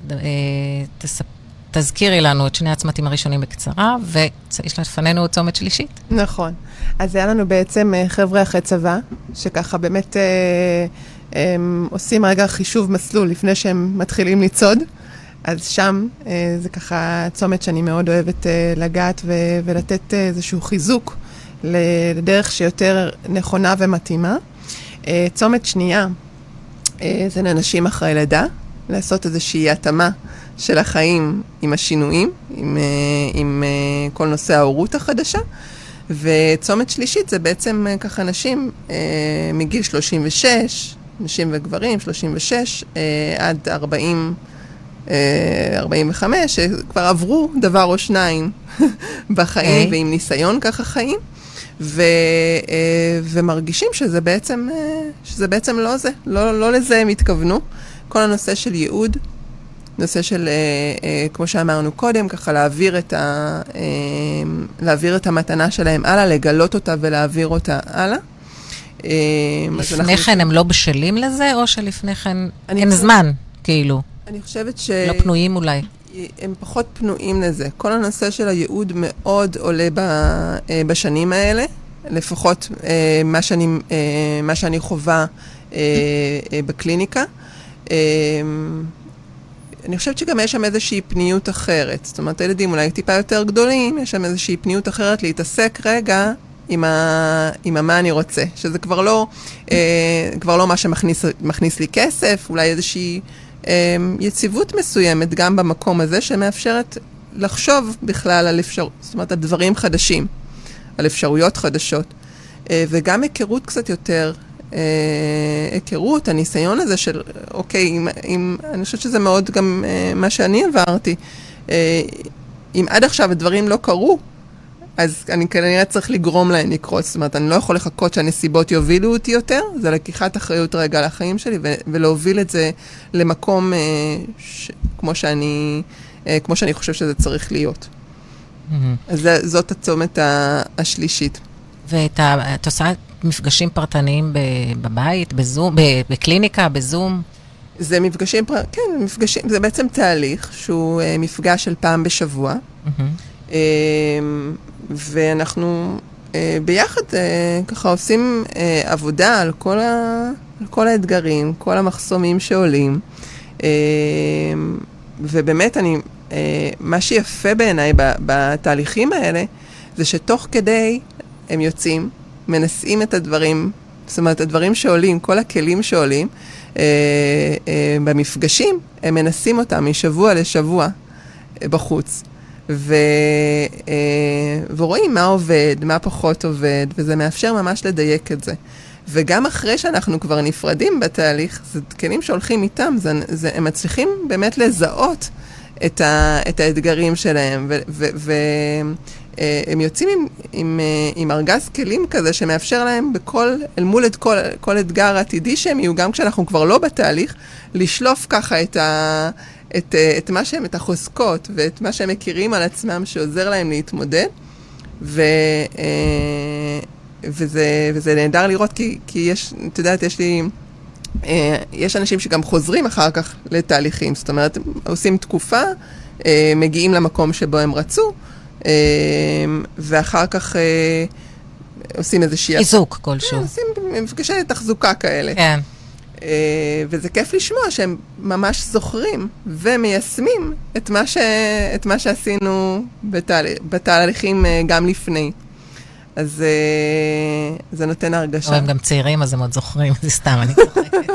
[SPEAKER 3] תזכירי לנו את שני הצמתים הראשונים בקצרה, ויש לפנינו צומת שלישית.
[SPEAKER 5] נכון. אז היה לנו בעצם חבר'ה אחרי צבא, שככה באמת עושים רגע חישוב מסלול לפני שהם מתחילים לצעוד. אז שם זה ככה צומת שאני מאוד אוהבת לגעת ולתת איזשהו חיזוק לדרך שיותר נכונה ומתאימה. צומת שנייה זה לאנשים אחרי לידה, לעשות איזושהי התאמה של החיים עם השינויים, עם כל נושא ההורות החדשה. וצומת שלישית זה בעצם ככה נשים מגיל 36, נשים וגברים, 36 עד 40, 45, שכבר עברו דבר או שניים בחיים, ועם ניסיון ככה חיים, ומרגישים שזה בעצם לא זה, לא לזה הם התכוונו. כל הנושא של ייעוד, נושא של, כמו שאמרנו קודם, ככה להעביר את המתנה שלהם הלאה, לגלות אותה ולהעביר אותה הלאה.
[SPEAKER 3] לפני כן הם לא בשלים לזה, או שלפני כן אין זמן, כאילו?
[SPEAKER 5] אני חושבת
[SPEAKER 3] לא פנויים אולי.
[SPEAKER 5] הם פחות פנויים לזה. כל הנושא של הייעוד מאוד עולה בשנים האלה, לפחות מה שאני חובה בקליניקה. אני חושבת שגם יש שם איזושהי פניות אחרת. זאת אומרת, הילדים אולי טיפה יותר גדולים, יש שם איזושהי פניות אחרת להתעסק רגע עם מה אני רוצה. שזה כבר לא מה שמכניס לי כסף, אולי איזושהי יציבות מסוימת גם במקום הזה, שמאפשרת לחשוב בכלל על זאת אומרת, על דברים חדשים, על אפשרויות חדשות, וגם היכרות קצת יותר, הניסיון הזה של, אוקיי, אני חושבת שזה מאוד גם מה שאני עברתי, אם עד עכשיו הדברים לא קרו, אז אני כנראה צריך לגרום להם לקרות, זאת אומרת, אני לא יכול לחכות שהנסיבות יובילו אותי יותר, זה לקיחת אחריות רגע לחיים שלי, ולהוביל את זה למקום כמו שאני חושב שזה צריך להיות. אז זאת הצומת השלישית.
[SPEAKER 3] ואת עושה מפגשים פרטניים בבית, בזום, בקליניקה, בזום?
[SPEAKER 5] זה מפגשים, כן, זה בעצם תהליך שהוא מפגש של פעם בשבוע. ואנחנו ביחד ככה עושים עבודה על כל האתגרים, כל המחסומים שעולים. ובאמת מה שיפה בעיניי בתהליכים האלה, זה שתוך כדי הם יוצאים, מנסים את הדברים, זאת אומרת, הדברים שעולים, כל הכלים שעולים, במפגשים, הם מנסים אותם משבוע לשבוע בחוץ. ורואים מה עובד, מה פחות עובד, וזה מאפשר ממש לדייק את זה. וגם אחרי שאנחנו כבר נפרדים בתהליך, זה כלים שהולכים איתם, הם מצליחים באמת לזהות את האתגרים שלהם, והם יוצאים עם ארגז כלים כזה, שמאפשר להם אל מול כל אתגר עתידי שהם יהיו, גם כשאנחנו כבר לא בתהליך, לשלוף ככה את מה שהם, את החוזקות, ואת מה שהם מכירים על עצמם, שעוזר להם להתמודד, וזה נהדר לראות, כי יש, את יודעת, יש אנשים שגם חוזרים אחר כך לתהליכים, זאת אומרת, עושים תקופה, מגיעים למקום שבו הם רצו, ואחר כך עושים איזושהי...
[SPEAKER 3] חיזוק כלשהו.
[SPEAKER 5] עושים מפגשי תחזוקה כאלה.
[SPEAKER 3] כן.
[SPEAKER 5] וזה כיף לשמוע שהם ממש זוכרים ומיישמים את מה שעשינו בתהליכים גם לפני. אז זה נותן הרגשה.
[SPEAKER 3] הם גם צעירים, אז הם עוד זוכרים, זה סתם, אני צוחקת.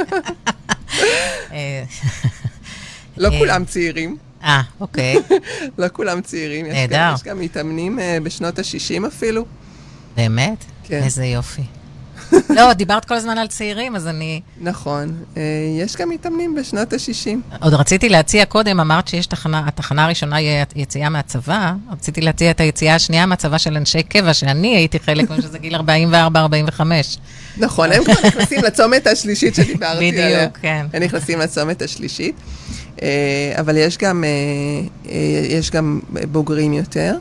[SPEAKER 5] לא כולם צעירים.
[SPEAKER 3] אוקיי.
[SPEAKER 5] לא כולם צעירים.
[SPEAKER 3] נהדר.
[SPEAKER 5] יש גם מתאמנים בשנות ה-60 אפילו.
[SPEAKER 3] באמת?
[SPEAKER 5] כן.
[SPEAKER 3] איזה יופי. לא, דיברת כל הזמן על צעירים, אז אני...
[SPEAKER 5] נכון. יש גם מתאמנים בשנות ה-60.
[SPEAKER 3] עוד רציתי להציע קודם, אמרת שיש התחנה הראשונה היא יציאה מהצבא, רציתי להציע את היציאה השנייה מהצבא של אנשי קבע, שאני הייתי חלק, שזה גיל 44-45.
[SPEAKER 5] נכון, הם כבר נכנסים לצומת השלישית שדיברתי עליה.
[SPEAKER 3] בדיוק, כן.
[SPEAKER 5] הם נכנסים לצומת השלישית, אבל יש גם בוגרים יותר.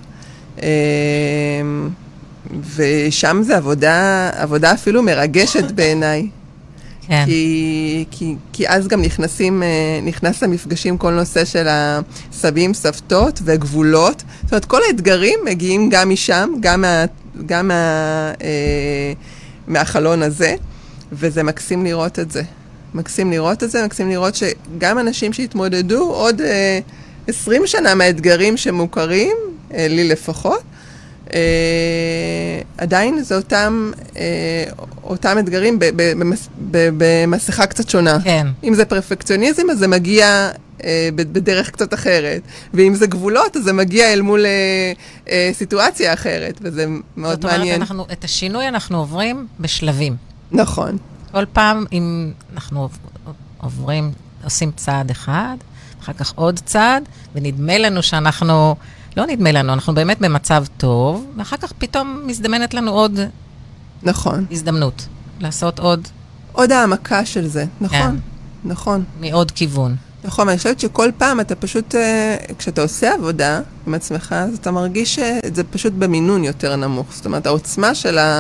[SPEAKER 5] ושם זה עבודה אפילו מרגשת בעיניי.
[SPEAKER 3] כן.
[SPEAKER 5] כי אז גם נכנס למפגשים כל נושא של הסבים, סבתות וגבולות. זאת אומרת, כל האתגרים מגיעים גם משם, גם מהחלון הזה, וזה מקסים לראות את זה. מקסים לראות שגם אנשים שהתמודדו עוד 20 שנה מהאתגרים שמוכרים, לי לפחות, עדיין זה אותם אתגרים במסכה קצת שונה.
[SPEAKER 3] כן.
[SPEAKER 5] אם זה פרפקציוניזם, אז זה מגיע בדרך קצת אחרת. ואם זה גבולות, אז זה מגיע אל מול סיטואציה אחרת, וזה מאוד מעניין.
[SPEAKER 3] זאת אומרת, את השינוי אנחנו עוברים בשלבים.
[SPEAKER 5] נכון.
[SPEAKER 3] כל פעם, אם אנחנו עושים צעד אחד, אחר כך עוד צעד, ונדמה לנו שאנחנו... לא נדמה לנו, אנחנו באמת במצב טוב, ואחר כך פתאום מזדמנת לנו עוד הזדמנות, לעשות
[SPEAKER 5] עוד העמקה של זה, נכון, נכון.
[SPEAKER 3] מעוד כיוון.
[SPEAKER 5] נכון, ואני חושבת שכל פעם אתה פשוט, כשאתה עושה עבודה עם עצמך, אז אתה מרגיש שזה פשוט במינון יותר נמוך. זאת אומרת, העוצמה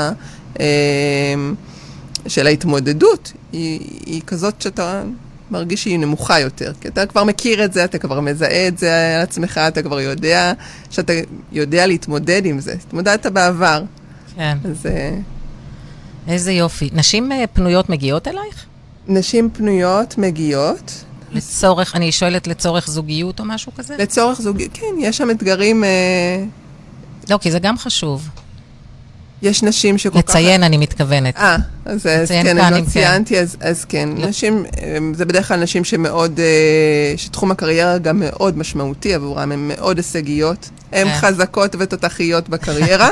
[SPEAKER 5] של ההתמודדות היא כזאת שאתה... מרגיש שהיא נמוכה יותר, כי אתה כבר מכיר את זה, אתה כבר מזהה את זה על עצמך, אתה כבר יודע שאתה יודע להתמודד עם זה. התמודדת בעבר.
[SPEAKER 3] כן.
[SPEAKER 5] אז...
[SPEAKER 3] איזה יופי. נשים פנויות מגיעות אלייך?
[SPEAKER 5] נשים פנויות מגיעות.
[SPEAKER 3] לצורך, אני שואלת לצורך זוגיות או משהו כזה?
[SPEAKER 5] לצורך זוגיות, כן, יש שם אתגרים...
[SPEAKER 3] לא, כי זה גם חשוב.
[SPEAKER 5] יש נשים שכל כך...
[SPEAKER 3] לציין, אני מתכוונת.
[SPEAKER 5] אז כן, אני לא ציינתי, אז כן. נשים, זה בדרך כלל נשים שמאוד, שתחום הקריירה גם מאוד משמעותי עבורם, הן מאוד הישגיות, הן חזקות ותותחיות בקריירה,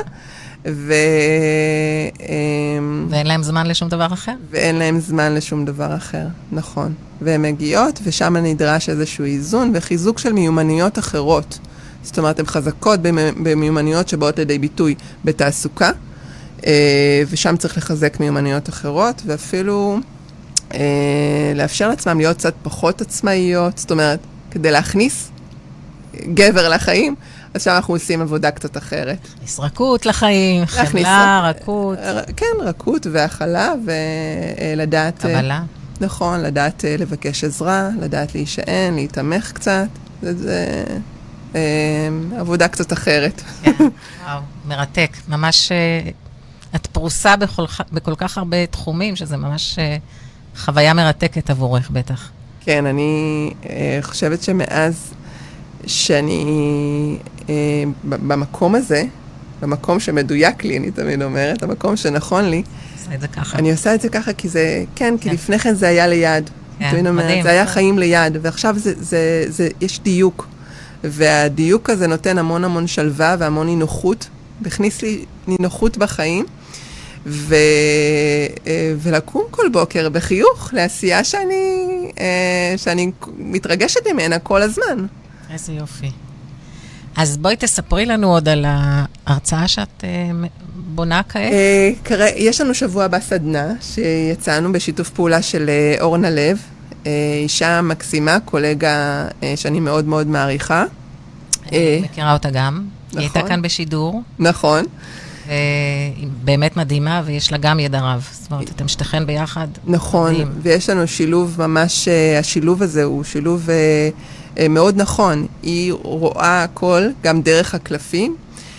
[SPEAKER 3] ואין להם זמן לשום דבר אחר?
[SPEAKER 5] ואין להם זמן לשום דבר אחר, נכון. והן מגיעות, ושם נדרש איזשהו איזון וחיזוק של מיומנויות אחרות. זאת אומרת, הן חזקות במיומנויות שבאות לידי ביטוי בתעסוקה, ושם צריך לחזק מיומנויות אחרות, ואפילו לאפשר לעצמם להיות קצת פחות עצמאיות, זאת אומרת, כדי להכניס גבר לחיים, אז שם אנחנו עושים עבודה קצת אחרת.
[SPEAKER 3] רכות לחיים, חמלה, רכות.
[SPEAKER 5] כן, רכות והכלה, ולדעת...
[SPEAKER 3] קבלה.
[SPEAKER 5] נכון, לדעת לבקש עזרה, לדעת להישען, להתאמך קצת, זה... עבודה קצת אחרת.
[SPEAKER 3] כן, וואו, מרתק. ממש, את פרוסה בכל כך הרבה תחומים, שזה ממש חוויה מרתקת עבורך בטח.
[SPEAKER 5] כן, אני חושבת שמאז שאני במקום הזה, במקום שמדויק לי, אני תמיד אומרת, המקום שנכון לי,
[SPEAKER 3] עושה את זה ככה.
[SPEAKER 5] אני עושה את זה ככה, כי זה, כן, כי לפני כן זה היה ליד.
[SPEAKER 3] כן, מדהים.
[SPEAKER 5] זה היה חיים ליד, ועכשיו יש דיוק. והדיוק הזה נותן המון המון שלווה והמון נינוחות, והכניס לי נינוחות בחיים, ולקום כל בוקר בחיוך לעשייה שאני מתרגשת ממנה כל הזמן.
[SPEAKER 3] איזה יופי. אז בואי תספרי לנו עוד על ההרצאה שאת בונה כעת.
[SPEAKER 5] יש לנו שבוע הבא סדנה, שיצאנו בשיתוף פעולה של אורנה לב, אישה מקסימה, קולגה שאני מאוד מאוד מעריכה.
[SPEAKER 3] אני מכירה אותה גם. היא הייתה כאן בשידור.
[SPEAKER 5] נכון.
[SPEAKER 3] היא באמת מדהימה, ויש לה גם ידע רב. זאת אומרת, אתם שתכן ביחד.
[SPEAKER 5] נכון, ויש לנו שילוב ממש, השילוב הזה הוא שילוב מאוד נכון. היא רואה הכל, גם דרך הקלפים,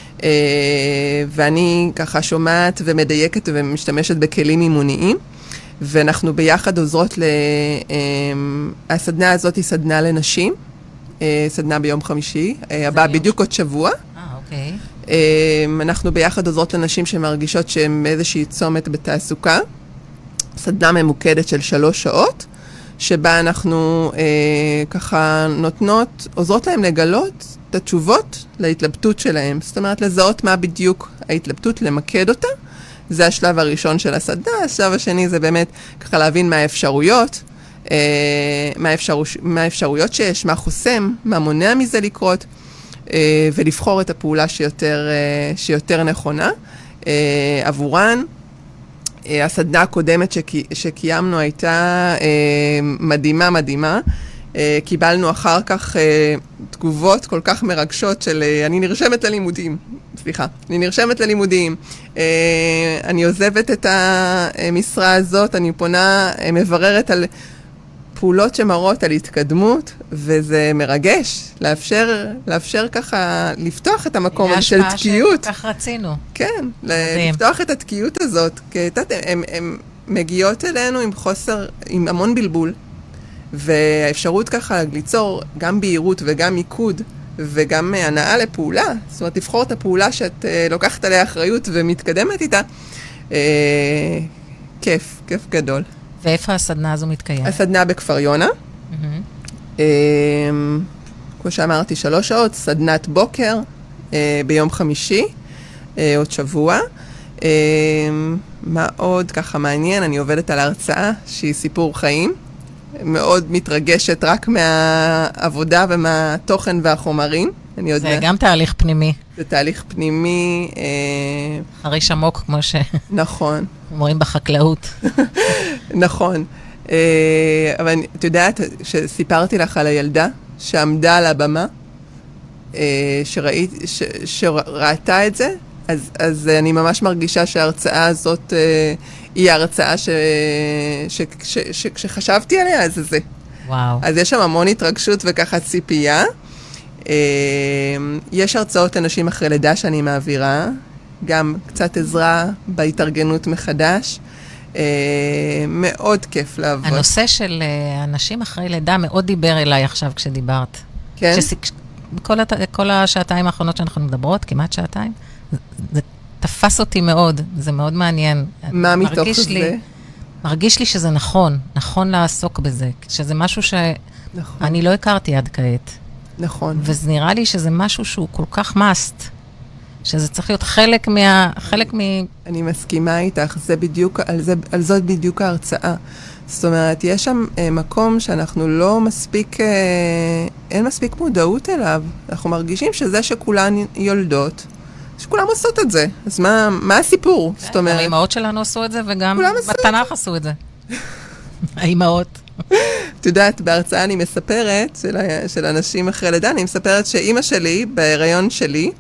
[SPEAKER 5] ואני ככה שומעת ומדייקת ומשתמשת בכלים אימוניים. ואנחנו ביחד עוזרות הסדנה הזאת היא סדנה לנשים, סדנה ביום חמישי, הבאה בדיוק עוד שבוע.
[SPEAKER 3] אוקיי.
[SPEAKER 5] אנחנו ביחד עוזרות לנשים שמרגישות שהן באיזושהי צומת בתעסוקה, סדנה ממוקדת של 3 שעות, שבה אנחנו ככה עוזרות להם לגלות את התשובות להתלבטות שלהם, זאת אומרת לזהות מה בדיוק ההתלבטות, למקד אותה, זה השלב הראשון של הסדנה. השלב השני זה באמת ככה להבין מה האפשרויות, מה האפשרויות שיש, מה חוסם, מה מונע מזה לקרות, ולבחור את הפעולה שיותר נכונה עבורן. הסדנה הקודמת שקיימנו הייתה מדהימה, קיבלנו אחר כך תגובות כל כך מרגשות של אני נרשמת ללימודים, אני נרשמת ללימודים, אני עוזבת את המשרה הזאת, אני פונה, מבררת על פעולות שמראות על התקדמות, וזה מרגש, לאפשר ככה, לפתוח את המקום הזה של תקיעות.
[SPEAKER 3] כך רצינו.
[SPEAKER 5] כן, לפתוח את התקיעות הזאת, כי הן מגיעות אלינו עם המון בלבול, והאפשרות ככה ליצור גם בהירות וגם מיקוד, וגם הנאה לפעולה, זאת אומרת, לבחור את הפעולה שאת לוקחת עליה אחריות ומתקדמת איתה, כיף גדול.
[SPEAKER 3] ואיפה הסדנה הזו מתקיימת?
[SPEAKER 5] הסדנה בכפר יונה. כמו שאמרתי, 3 שעות, סדנת בוקר, ביום חמישי, עוד שבוע. מה עוד ככה מעניין, אני עובדת על הרצאה שהיא סיפור חיים. מאוד מתרגשת רק מהעבודה ומהתוכן והחומרים.
[SPEAKER 3] זה גם תהליך פנימי.
[SPEAKER 5] זה תהליך פנימי.
[SPEAKER 3] חריש עמוק, כמו
[SPEAKER 5] נכון.
[SPEAKER 3] אומרים בחקלאות.
[SPEAKER 5] נכון. אבל את יודעת שסיפרתי לך על הילדה שעמדה על הבמה, שראתה את זה, אז אני ממש מרגישה שההרצאה הזאת היא ההרצאה שחשבתי עליה, אז זה.
[SPEAKER 3] וואו.
[SPEAKER 5] אז יש שם המון התרגשות וככה ציפייה. יש הרצאות אנשים אחרי לידה שאני מעבירה, גם קצת עזרה בהתארגנות מחדש. מאוד כיף לעבוד.
[SPEAKER 3] הנושא של אנשים אחרי לידה מאוד דיבר אליי עכשיו כשדיברת.
[SPEAKER 5] כן?
[SPEAKER 3] כל השעתיים האחרונות שאנחנו מדברות, כמעט שעתיים, זה תפס אותי מאוד, זה מאוד מעניין.
[SPEAKER 5] מה מתוך זה?
[SPEAKER 3] מרגיש לי שזה נכון לעסוק בזה, שזה משהו שאני לא הכרתי עד כעת.
[SPEAKER 5] נכון.
[SPEAKER 3] וזה נראה לי שזה משהו שהוא כל כך must, שזה צריך להיות חלק מ...
[SPEAKER 5] אני מסכימה איתך, זה בדיוק, על זאת בדיוק ההרצאה. זאת אומרת, יש שם מקום שאנחנו לא מספיק, אין מספיק מודעות אליו. אנחנו מרגישים שזה שכולן יולדות, שכולם עושות את זה. אז מה הסיפור? זאת אומרת...
[SPEAKER 3] האמהות שלנו עשו את זה, וגם בתנ"ך עשו את זה. האמהות.
[SPEAKER 5] את יודעת, בהרצאה אני מספרת, של אנשים אחרי לידה, אני מספרת שאימא שלי, בהיריון שלי,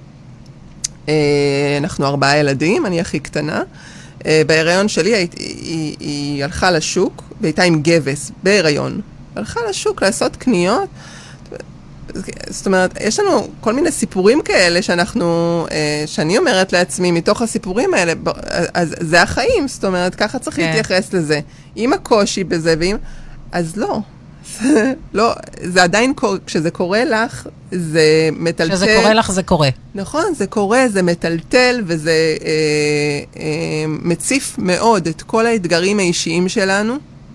[SPEAKER 5] אנחנו 4 ילדים, אני הכי קטנה, בהיריון שלי היא הלכה לשוק, והייתה עם גבס, בהיריון. הלכה לשוק לעשות קניות, זאת אומרת, יש לנו כל מיני סיפורים כאלה שאני אומרת לעצמי, מתוך הסיפורים האלה, אז זה החיים, זאת אומרת, ככה צריך להתייחס לזה. עם הקושי בזה, אז לא. לא, זה עדיין קורה, כשזה קורה לך, זה מטלטל.
[SPEAKER 3] כשזה קורה לך, זה קורה.
[SPEAKER 5] נכון, זה קורה, זה מטלטל, וזה מציף מאוד את כל האתגרים האישיים שלנו,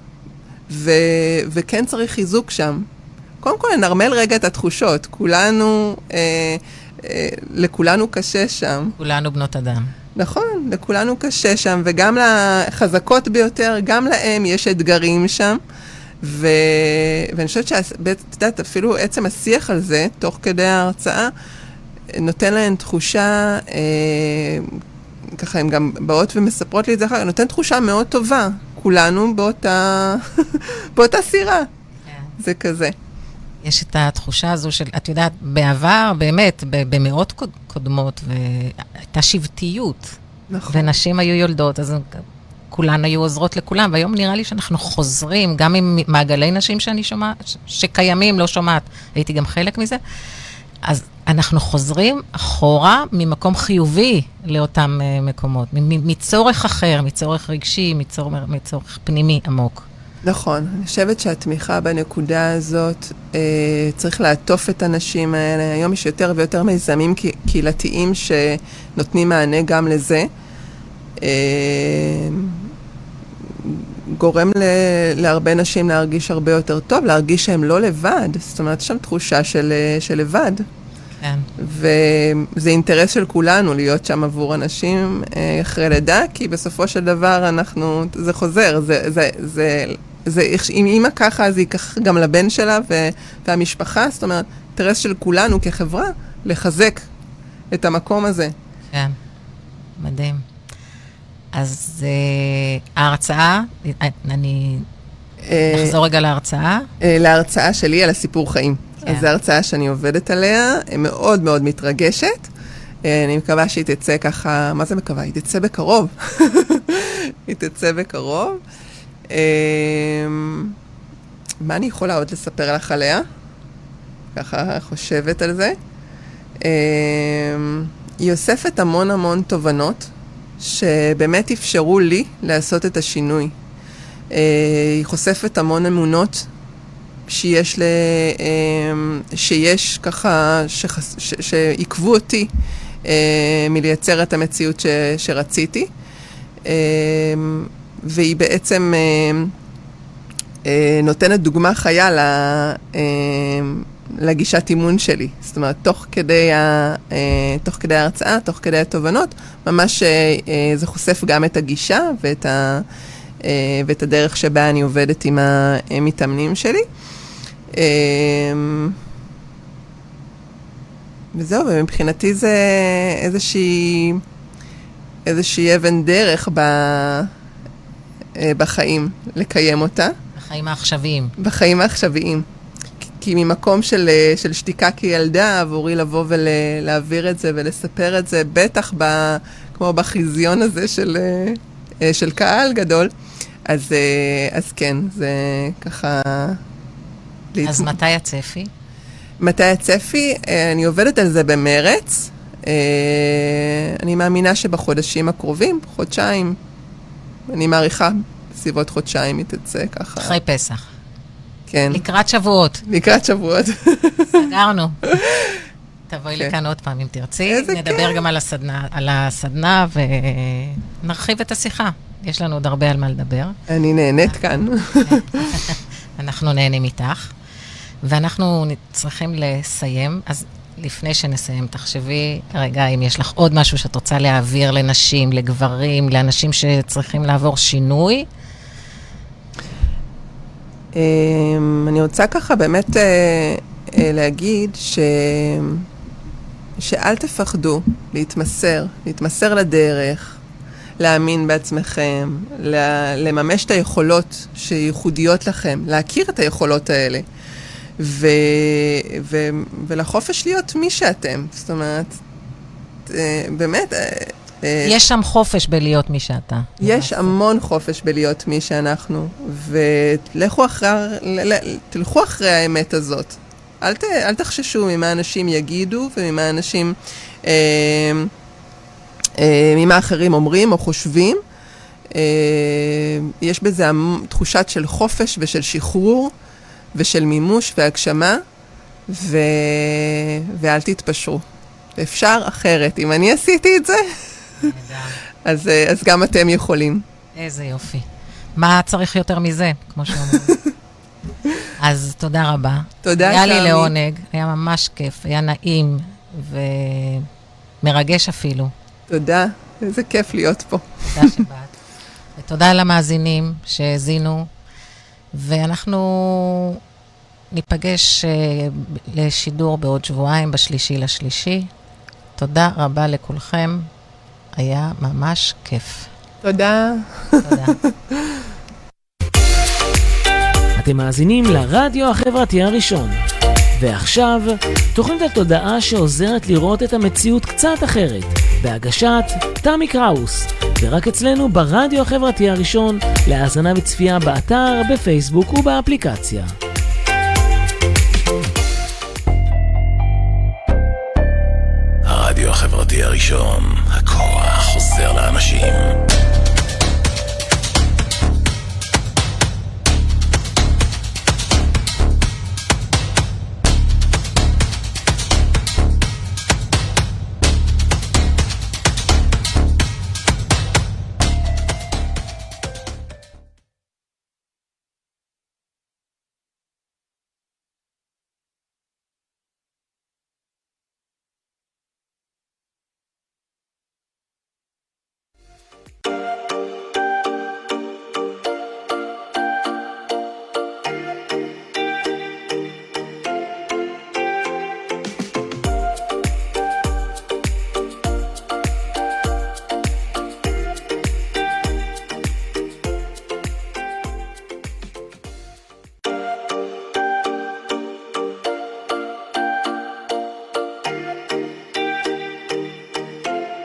[SPEAKER 5] וכן צריך חיזוק שם. קודם כל, נרמל רגע את התחושות. לכולנו קשה שם.
[SPEAKER 3] כולנו בנות אדם. נכון,
[SPEAKER 5] לכולנו קשה שם, וגם לחזקות ביותר, גם להם יש אתגרים שם. ואני חושבת שאת אפילו עצם השיח על זה, תוך כדי ההרצאה, נותן להן תחושה, ככה הן גם באות ומספרות לי את זה אחר, נותן תחושה מאוד טובה. כולנו באותה סירה. זה כזה.
[SPEAKER 3] יש את התחושה הזו של, את יודעת, בעבר, באמת, במאות קודמות, והייתה שבטיות.
[SPEAKER 5] נכון.
[SPEAKER 3] ונשים היו יולדות, אז כולן היו עוזרות לכולם, והיום נראה לי שאנחנו חוזרים, גם עם מעגלי נשים שאני שומעת, שקיימים, לא שומעת, הייתי גם חלק מזה, אז אנחנו חוזרים אחורה ממקום חיובי לאותם מקומות, מצורך אחר, מצורך רגשי, מצורך פנימי עמוק.
[SPEAKER 5] נכון, אני חושבת שהתמיכה בנקודה הזאת, צריך לעטוף את הנשים האלה. היום יש יותר ויותר מיזמים קהילתיים שנותנים מענה גם לזה. גורם להרבה נשים להרגיש הרבה יותר טוב, להרגיש שהם לא לבד. זאת אומרת, יש שם תחושה של לבד.
[SPEAKER 3] כן.
[SPEAKER 5] וזה אינטרס של כולנו להיות שם עבור אנשים אחרי לידה, כי בסופו של דבר זה חוזר, אם אמא ככה, אז היא ככה גם לבן שלה והמשפחה, זאת אומרת, אינטרס של כולנו כחברה, לחזק את המקום הזה.
[SPEAKER 3] כן, מדהים. אז ההרצאה, אני נחזור רגע להרצאה.
[SPEAKER 5] להרצאה שלי על הסיפור חיים. אז זו הרצאה שאני עובדת עליה, מאוד מאוד מתרגשת. אני מקווה שהיא תצא ככה, מה זה מקווה? היא תצא בקרוב. היא תצא בקרוב. מה אני יכולה עוד לספר לך עליה? ככה חושבת על זה. היא אוספת המון המון תובנות, שבאמת אפשרו לי לעשות את השינוי. היא חושפת המון אמונות, שיש ככה, שעקבו אותי מלייצר את המציאות שרציתי. והיא בעצם נותנת דוגמה חיה לגישת אימון שלי. זאת אומרת, תוך כדי ההרצאה, תוך כדי התובנות, ממש זה חושף גם את הגישה ואת הדרך שבה אני עובדת עם המתאמנים שלי. וזהו, ומבחינתי זה איזושהי אבן דרך בחיים, לקיים אותה.
[SPEAKER 3] בחיים העכשוויים.
[SPEAKER 5] בחיים העכשוויים. כי ממקום של שתיקה כילדה, עבורי לבוא ולהעביר את זה ולספר את זה, בטח כמו בחיזיון הזה של קהל גדול, אז כן, זה ככה...
[SPEAKER 3] אז מתי הצפי?
[SPEAKER 5] מתי הצפי? אני עובדת על זה במרץ. אני מאמינה שבחודשים הקרובים, חודשיים, אני מעריכה בסביבות חודשיים היא תצא ככה.
[SPEAKER 3] אחרי פסח.
[SPEAKER 5] כן.
[SPEAKER 3] לקראת שבועות.
[SPEAKER 5] לקראת שבועות.
[SPEAKER 3] סגרנו. תבואי לכאן עוד פעם אם תרצי. נדבר גם על הסדנה ונרחיב את השיחה. יש לנו עוד הרבה על מה לדבר.
[SPEAKER 5] אני נהנית כאן.
[SPEAKER 3] אנחנו נהנים איתך. ואנחנו צריכים לסיים, אז לפני שנסיים, תחשבי רגע אם יש לך עוד משהו שאת רוצה להעביר לנשים, לגברים, לאנשים שצריכים לעבור שינוי.
[SPEAKER 5] אני רוצה ככה באמת להגיד שאל תפחדו להתמסר לדרך, להאמין בעצמכם, לממש את היכולות שייחודיות לכם, להכיר את היכולות האלה. ולחופש להיות מי שאתם. זאת אומרת, באמת...
[SPEAKER 3] יש שם חופש בלהיות מי שאתה.
[SPEAKER 5] יש המון חופש בלהיות מי שאנחנו, ותלכו אחרי האמת הזאת. אל תחששו ממה אנשים יגידו, וממה אנשים, ממה אחרים אומרים או חושבים. יש בזה תחושת של חופש ושל שחרור, ושל מימוש והגשמה, ואל תתפשרו. אפשר אחרת. אם אני עשיתי את זה, אז גם אתם יכולים.
[SPEAKER 3] איזה יופי. מה צריך יותר מזה, כמו שאומרים. אז תודה רבה.
[SPEAKER 5] תודה,
[SPEAKER 3] היה לי לעונג, היה ממש כיף, היה נעים ומרגש אפילו.
[SPEAKER 5] תודה, איזה כיף להיות פה.
[SPEAKER 3] תודה שבאת. ותודה למאזינים שהאזינו, ואנחנו ניפגש לשידור בעוד שבועיים, ב3.3. תודה רבה לכולכם, היה ממש כיף.
[SPEAKER 5] תודה.
[SPEAKER 3] תודה.
[SPEAKER 2] אתם מאזינים לרדיו החברתי הראשון. ועכשיו, תוכנית התודעה שעוזרת לראות את המציאות קצת אחרת, בהגשת תמי קראוס, ורק אצלנו ברדיו החברתי הראשון, להאזנה וצפייה באתר, בפייסבוק ובאפליקציה.
[SPEAKER 1] הרדיו החברתי הראשון, הכוח חוזר לאנשים.